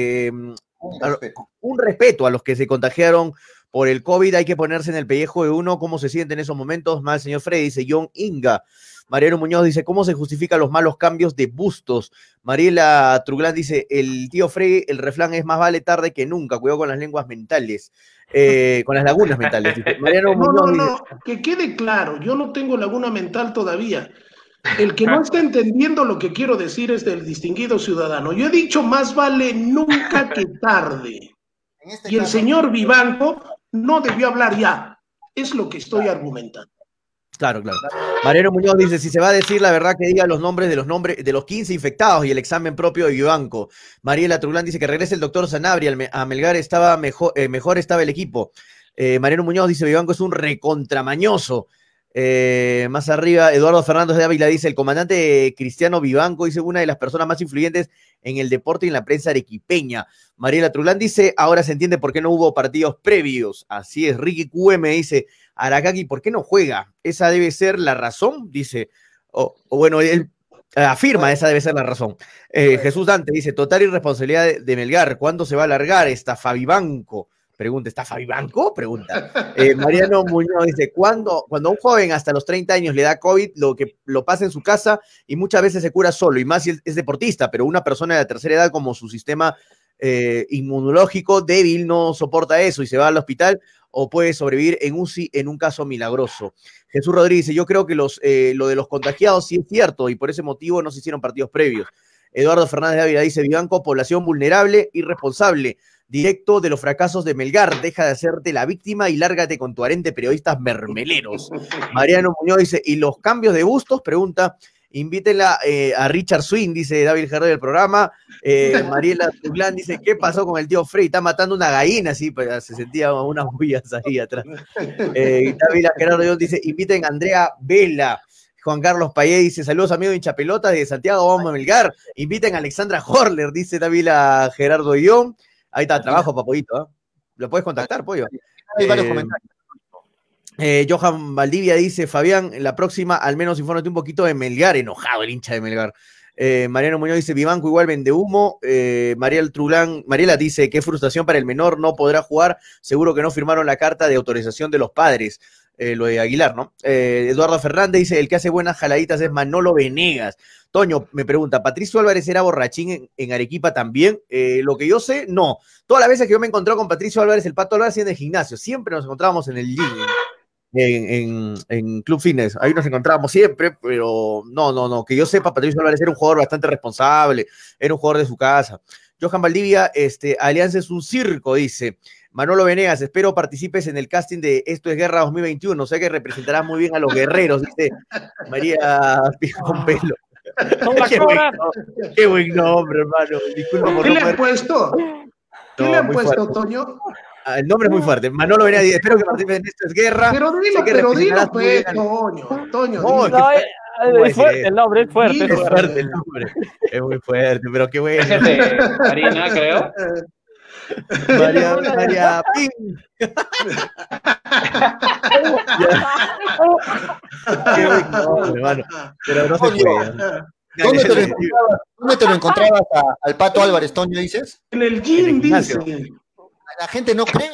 un respeto a los que se contagiaron por el COVID, hay que ponerse en el pellejo de uno, cómo se siente en esos momentos. Más el señor Freddy, dice John Inga. Mariano Muñoz dice, ¿cómo se justifican los malos cambios de Bustos? Mariela Truglán dice, el tío Freddy, el refrán es más vale tarde que nunca, cuidado con las lenguas mentales, con las lagunas mentales. Dice. Mariano Muñoz dice, que quede claro, yo no tengo laguna mental todavía. El que no está entendiendo lo que quiero decir es del distinguido ciudadano. Yo he dicho más vale nunca que tarde. Y el señor Vivanco no debió hablar ya. Es lo que estoy argumentando. Claro. Mariano Muñoz dice, si se va a decir la verdad, que diga los nombres de los 15 infectados y el examen propio de Vivanco. Mariela Trulán dice que regrese el doctor Sanabria, a Melgar estaba mejor estaba el equipo. Mariano Muñoz dice, Vivanco es un recontramañoso. Más arriba, Eduardo Fernández de Ávila dice, el comandante Cristiano Vivanco dice, una de las personas más influyentes en el deporte y en la prensa arequipeña. Mariela Trulán dice, ahora se entiende por qué no hubo partidos previos. Así es. Ricky QM dice, Aracaki, ¿por qué no juega? Esa debe ser la razón, dice, bueno, él afirma, esa debe ser la razón. Jesús Dante dice, total irresponsabilidad de Melgar, ¿cuándo se va a alargar esta Fabibanco? Pregunta, ¿está Fabibanco? Pregunta. Mariano Muñoz dice, cuando un joven hasta los 30 años le da COVID, lo pasa en su casa y muchas veces se cura solo, y más si es deportista, pero una persona de la tercera edad, como su sistema inmunológico débil, no soporta eso y se va al hospital, o puede sobrevivir en UCI en un caso milagroso. Jesús Rodríguez dice, yo creo que lo de los contagiados sí es cierto, y por ese motivo no se hicieron partidos previos. Eduardo Fernández de Ávila dice, Vivanco, población vulnerable, irresponsable, directo de los fracasos de Melgar, deja de hacerte la víctima y lárgate con tu harén de periodistas mermeleros. Mariano Muñoz dice, ¿y los cambios de bustos? Pregunta, invítenla a Richard Swing, dice David Gerrero del programa. Mariela Tuglán dice, ¿qué pasó con el tío Frey? Está matando una gallina, sí, pues, se sentía unas bullas ahí atrás. David Gerardo dice, inviten a Andrea Vela. Juan Carlos Payé dice, saludos amigos de Hinchapelotas de Santiago, vamos a Melgar. Inviten a Alexandra Horler, dice David Gerardo Guión. Ahí está, trabajo, Papoyito, ¿eh? Lo puedes contactar, Pollo. Hay varios comentarios. Johan Valdivia dice, Fabián, la próxima al menos infórmate un poquito de Melgar, enojado el hincha de Melgar. Mariano Muñoz dice, Vivanco igual vende humo. Mariela dice, qué frustración para el menor, no podrá jugar, seguro que no firmaron la carta de autorización de los padres. Lo de Aguilar, ¿no? Eduardo Fernández dice, el que hace buenas jaladitas es Manolo Venegas. Toño me pregunta, ¿Patricio Álvarez era borrachín en Arequipa también? Lo que yo sé, no. Todas las veces que yo me encontré con Patricio Álvarez, el Pato Álvarez, en el gimnasio, siempre nos encontrábamos en el gym, en Club Fitness, ahí nos encontrábamos siempre, pero no, que yo sepa, Patricio Álvarez era un jugador bastante responsable, era un jugador de su casa. Johan Valdivia, Alianza es un circo, dice. Manolo Venegas, espero participes en el casting de Esto es Guerra 2021, sé que representarás muy bien a los guerreros, dice María con pelo. Qué buen nombre, hermano. Disculpa por ¿Qué le han puesto? ¿Qué le han puesto, Toño? El nombre es muy fuerte. Manolo Venegas, espero que participes en Esto es Guerra. Pero dilo, pues, Toño. No, el nombre es fuerte. Es fuerte el nombre. Es muy fuerte, pero qué bueno. Es de Marina, creo. María Ping. Qué bueno, hermano. Pero no se puede. ¿Dónde te lo encontrabas al Pato Álvarez, Toño, dices? En el gym, dice. La gente no cree.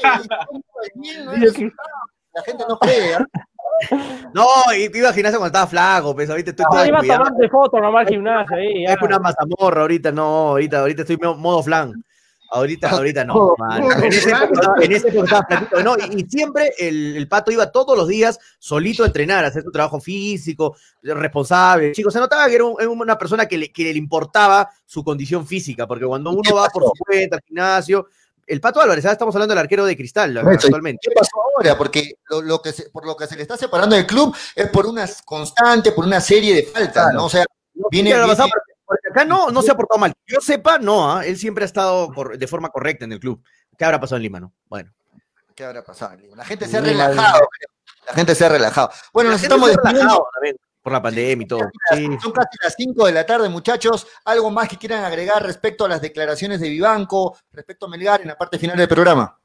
La gente no cree. No, iba al gimnasio cuando estaba flaco, pues ahorita estoy todo iba a tomarte fotos nomás al gimnasio ahí. Es una mazamorra ahorita, ahorita estoy modo flan. Ahorita no, man. En ese época estaba flaquito, no, y siempre el Pato iba todos los días solito a entrenar, a hacer su trabajo físico, responsable. Chicos, se notaba que era una persona que le importaba su condición física, porque cuando uno va por su cuenta al gimnasio, el Pato Álvarez, estamos hablando del arquero de Cristal actualmente. ¿Qué pasó ahora? Porque por lo que se le está separando del club es por una constante, por una serie de faltas, claro. ¿No? O sea, viene porque acá no se ha portado mal. Yo sepa, no, él siempre ha estado de forma correcta en el club. ¿Qué habrá pasado en Lima, no? Bueno. ¿Qué habrá pasado en Lima? La gente se ha relajado. Bueno, nos estamos despidiendo por la pandemia y todo. Son casi las 5 de la tarde, muchachos. ¿Algo más que quieran agregar respecto a las declaraciones de Vivanco, respecto a Melgar en la parte final del programa?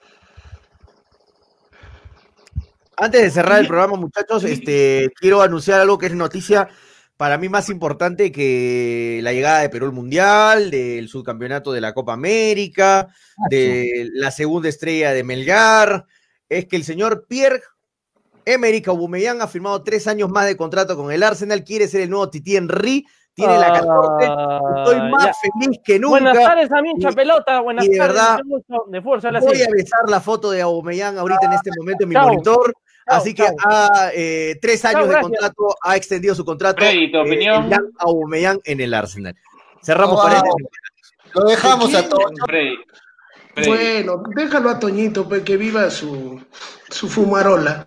Antes de cerrar el programa, muchachos, quiero anunciar algo que es noticia para mí más importante que la llegada de Perú al Mundial, del subcampeonato de la Copa América, de la segunda estrella de Melgar, es que el señor Pierre-Emerick Aubameyang ha firmado 3 años más de contrato con el Arsenal, quiere ser el nuevo Titi Henry, tiene la 14, estoy más feliz que nunca. Buenas tardes a mi Hinchapelota, buenas tardes. De verdad, de fuerza, voy a besar la foto de Aubameyang ahorita en este momento en mi monitor. Así que 3 años de contrato, ha extendido su contrato. Freddy, tu opinión. Aubameyang en el Arsenal. Cerramos paréntesis. Lo dejamos a todos. Bueno, déjalo a Toñito, pues, que viva su fumarola.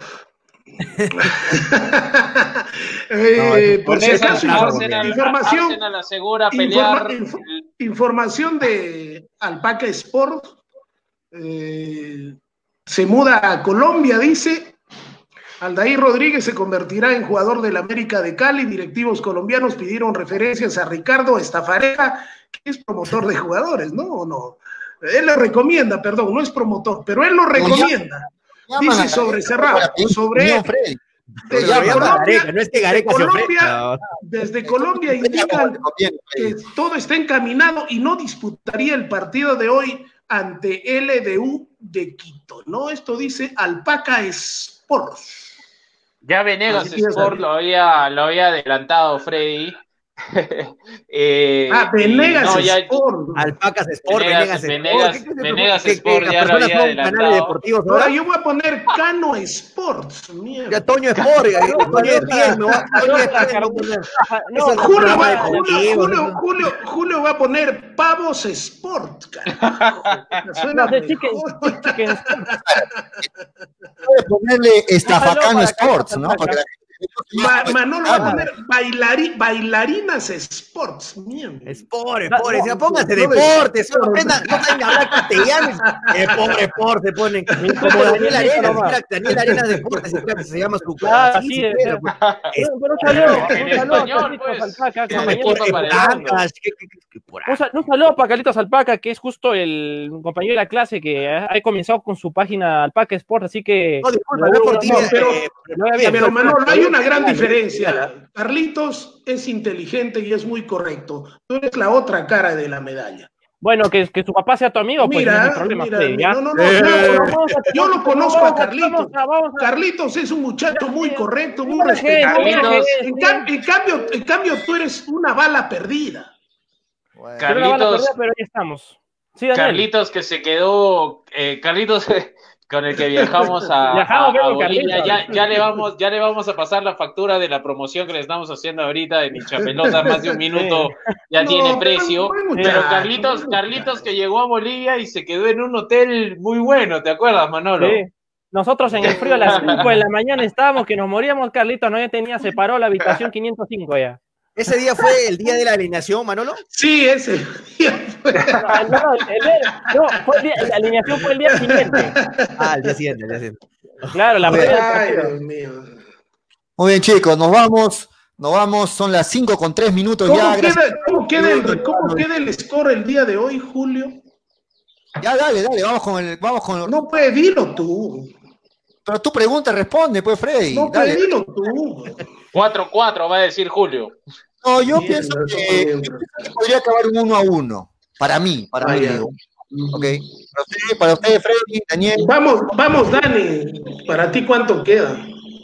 Por si acaso, Arsenal asegura pelear. Información de Alpaca Sport. Se muda a Colombia, dice. Aldair Rodríguez se convertirá en jugador del América de Cali. Directivos colombianos pidieron referencias a Ricardo Estafareja, que es promotor de jugadores, ¿no? ¿O no? Él lo recomienda, perdón, no es promotor, pero él lo recomienda. Dice sobre Cerrado, sobre desde Colombia indican que todo está encaminado y no disputaría el partido de hoy ante LDU de Quito, ¿no? Esto dice Alpaca Sports. Ya Venegas Sport lo había adelantado Freddy. Venegas Sport. Alpacas Sport, Venegas Sport ya lo había adelantado. Ahora yo voy a poner Cano Sports. Mierda. Ya Toño Sport, Toño es 10, ¿no? Julio va a poner Pavos Sport. No sé, Chicken Puede ponerle Estafacano Sports, ¿no? Manolo va a poner bailarinas Sports. Sport, póngase deporte, solo aprendan, no saben hablar castellano. Sport, se ponen. Como Daniel Arenas Deportes, se llama su clase. Sí, pero un saludo para Carlitos Alpaca, que es justo el compañero de la clase que ha comenzado con su página Alpaca Sport, así que... No, disculpa, no es por ti. Pero Manolo, hay una gran diferencia. Carlitos es inteligente y es muy correcto. Tú eres la otra cara de la medalla. Bueno, que su papá sea tu amigo, pues no es problema. Yo lo conozco a Carlitos. Carlitos es un muchacho muy correcto, muy respetable. En cambio, tú eres una bala perdida. Bueno. Carlitos, pero ahí estamos. Sí, Carlitos que se quedó, Carlitos con el que viajamos a Bolivia, ya le vamos a pasar la factura de la promoción que le estamos haciendo ahorita en Hinchapelota, más de un minuto ya tiene precio, pero Carlitos que llegó a Bolivia y se quedó en un hotel muy bueno, ¿te acuerdas, Manolo? Sí. Nosotros en el frío a las 5 de la mañana estábamos que nos moríamos, Carlitos, no ya separó la habitación 505 ya. ¿Ese día fue el día de la alineación, Manolo? Sí, ese día fue. La alineación fue el día siguiente. El día siguiente. Claro, la primera. Ay, Dios mío. Muy bien, chicos, nos vamos, son las 5:03 ¿Cómo queda el score el día de hoy, Julio? Ya, dale, vamos con el... No, pues, dilo tú. Pero tú pregunta, responde, pues, Freddy. No, pues, dilo tú. 4-4 va a decir Julio. No, yo pienso que podría acabar un 1-1. Para mí. Okay. Para usted, Freddy, Daniel. Vamos, Dani. ¿Para ti cuánto queda?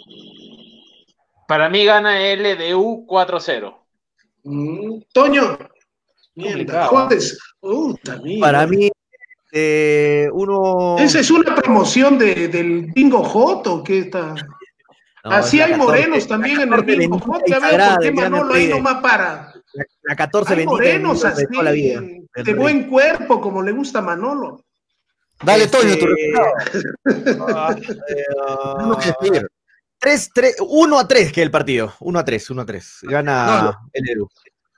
Para mí gana LDU 4-0. Toño. Mierda, jodes. Para mí, uno... ¿Esa es una promoción del Bingo Hot o qué está? No, así hay 14, morenos también en el Bingo Hot. Ya veo por qué Manolo ahí nomás para. La 14 hay morenos así, la vida, de buen cuerpo, como le gusta a Manolo. Dale, Toño, tu 1-3 que el partido. 1-3. Gana el LDU.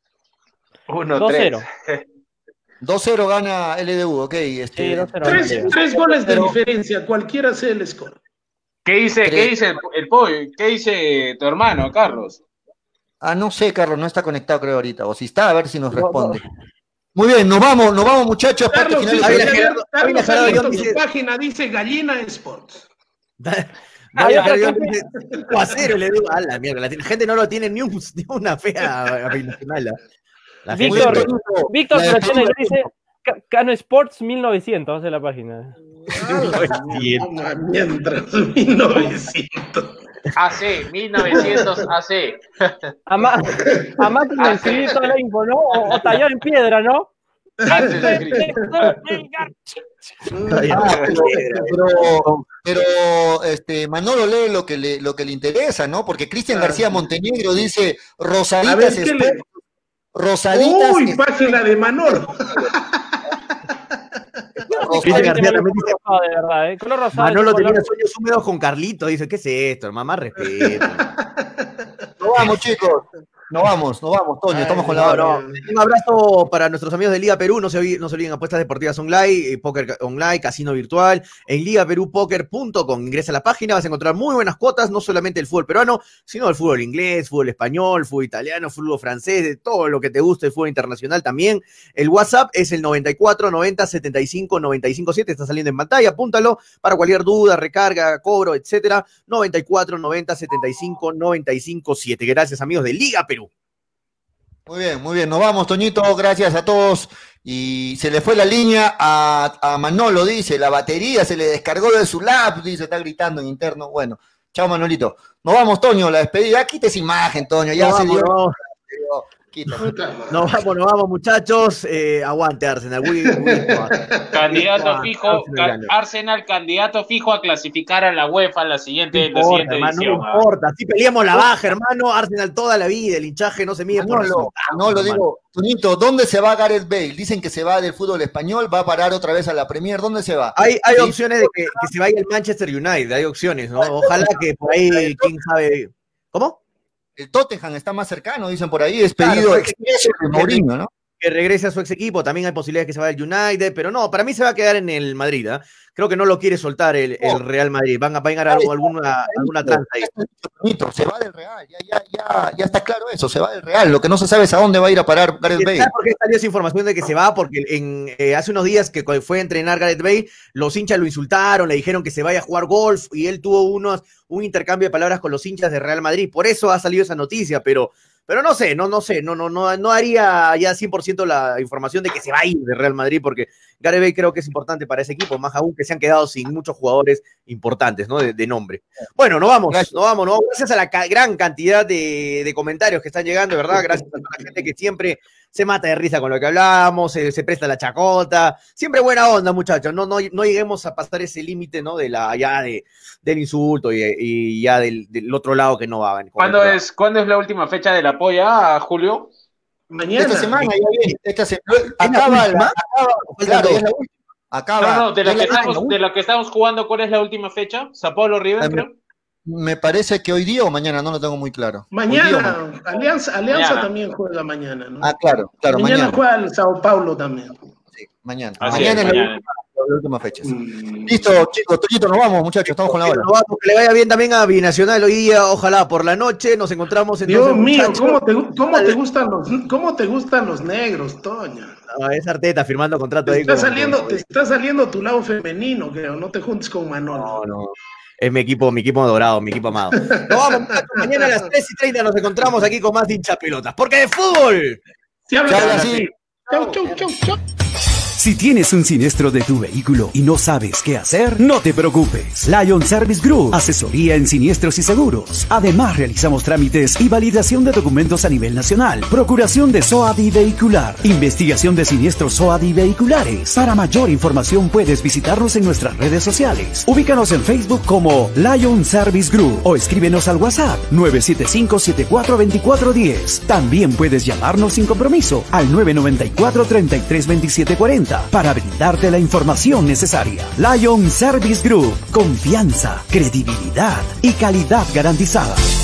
1-3. 2-0 gana LDU, ok. Sí, 3 goles de diferencia, cualquiera sea el score. ¿Qué dice el pollo? ¿Qué dice tu hermano, Carlos? No sé, Carlos, no está conectado creo ahorita. O si está, a ver si nos responde. Muy bien, nos vamos muchachos. Carlos, su página dice Gallina Sports. 5-0 le digo. A la mierda, la gente no lo tiene ni una fea binacional. Víctor dice Cano Sports 1900, hace la página. Mientras 1900. AC, 1900 AC. A máquina de escribir toda la info, ¿no? O tallar en piedra, ¿no? Pero Manolo lee lo que le interesa, ¿no? Porque Cristian García Montenegro dice Rosaditas Sports. Rosaditas. Uy, página de Manolo. Cristian García también dice, rosado, de verdad, color rosado. Manolo tenía sueños húmedos con Carlito. Dice, ¿qué es esto? Mamá, respeto. Nos vamos, chicos. Nos vamos, Toño. Estamos con la hora. Un abrazo para nuestros amigos de Liga Perú. No se olviden apuestas deportivas online, póker online, casino virtual. En ligaperupoker.com. Ingresa a la página, vas a encontrar muy buenas cuotas, no solamente el fútbol peruano, sino el fútbol inglés, fútbol español, fútbol italiano, fútbol francés, de todo lo que te guste, el fútbol internacional también. El WhatsApp es el 94 90 75 95 7. Está saliendo en pantalla, apúntalo para cualquier duda, recarga, cobro, etcétera. 94 90 75 95 7. Gracias, amigos de Liga Perú. Muy bien, nos vamos, Toñito, gracias a todos. Y se le fue la línea a Manolo, dice, la batería se le descargó de su lap, dice, está gritando en interno. Bueno, chao, Manolito. Nos vamos, Toño, la despedida. Quita esa imagen, Toño, ya se dio. Nos vamos, muchachos. Aguante, Arsenal. Candidato fijo, Arsenal, candidato fijo a clasificar a la UEFA en la siguiente edición. No importa, si peleamos la baja, hermano. Arsenal toda la vida, el hinchaje no se mide por eso. No lo digo. Tonito, ¿dónde se va Gareth Bale? Dicen que se va del fútbol español, va a parar otra vez a la Premier. ¿Dónde se va? Hay opciones de que se vaya al Manchester United, hay opciones, ¿no? Ojalá que por ahí, quién sabe. ¿Cómo? El Tottenham está más cercano, dicen por ahí, es pedido expreso de Mourinho, ¿no? Que regrese a su ex equipo, también hay posibilidades que se vaya al United, pero no, para mí se va a quedar en el Madrid, ¿eh? Creo que no lo quiere soltar el Real Madrid, van a ganar alguna tranza ahí. Se va del Real, ya está claro eso, se va del Real, lo que no se sabe es a dónde va a ir a parar Gareth Bale. ¿Sabes por qué salió esa información de que se va? Porque hace unos días que fue a entrenar Gareth Bale, los hinchas lo insultaron, le dijeron que se vaya a jugar golf, y él tuvo un intercambio de palabras con los hinchas de Real Madrid, por eso ha salido esa noticia, pero no sé, no haría ya 100% la información de que se va a ir de Real Madrid, porque Gareth Bale creo que es importante para ese equipo, más aún que se han quedado sin muchos jugadores importantes, ¿no? De nombre. Bueno, nos vamos. Gracias a la gran cantidad de comentarios que están llegando, ¿verdad? Gracias a la gente que siempre se mata de risa con lo que hablamos, se presta la chacota, siempre buena onda, muchachos, no lleguemos a pasar ese límite, ¿no? Del insulto y ya del otro lado que no va. ¿Cuándo es la última fecha de la polla, Julio? Mañana. Esta semana, ya viene. Acaba, claro, es la última. Acaba. No, de lo que estamos jugando, ¿cuál es la última fecha? ¿Sao Paulo River, creo? Me parece que hoy día o mañana, no lo tengo muy claro. Mañana, Alianza también juega mañana, ¿no? Ah, claro. Mañana juega el Sao Paulo también. Sí, mañana. Mañana es la última fecha. Listo, chicos, Toñito, nos vamos, muchachos, estamos con la hora. Nos vamos, que le vaya bien también a Binacional hoy día, ojalá por la noche, nos encontramos en Dios mío, ¿cómo te gustan los negros, Toño? No, es Arteta firmando contrato ahí. Te está saliendo tu lado femenino, creo, no te juntes con Manolo. No. Es mi equipo dorado, mi equipo amado. Nos vamos, muchachos, mañana a las 3:30 nos encontramos aquí con más hinchapelotas, porque de fútbol Se habla así. Chau. Si tienes un siniestro de tu vehículo y no sabes qué hacer, no te preocupes. Lion Service Group, asesoría en siniestros y seguros. Además, realizamos trámites y validación de documentos a nivel nacional. Procuración de SOAD y vehicular. Investigación de siniestros SOAD y vehiculares. Para mayor información puedes visitarnos en nuestras redes sociales. Ubícanos en Facebook como Lion Service Group o escríbenos al WhatsApp 975-742410. También puedes llamarnos sin compromiso al 994-332740. Para brindarte la información necesaria. Lion Service Group. Confianza, credibilidad y calidad garantizada.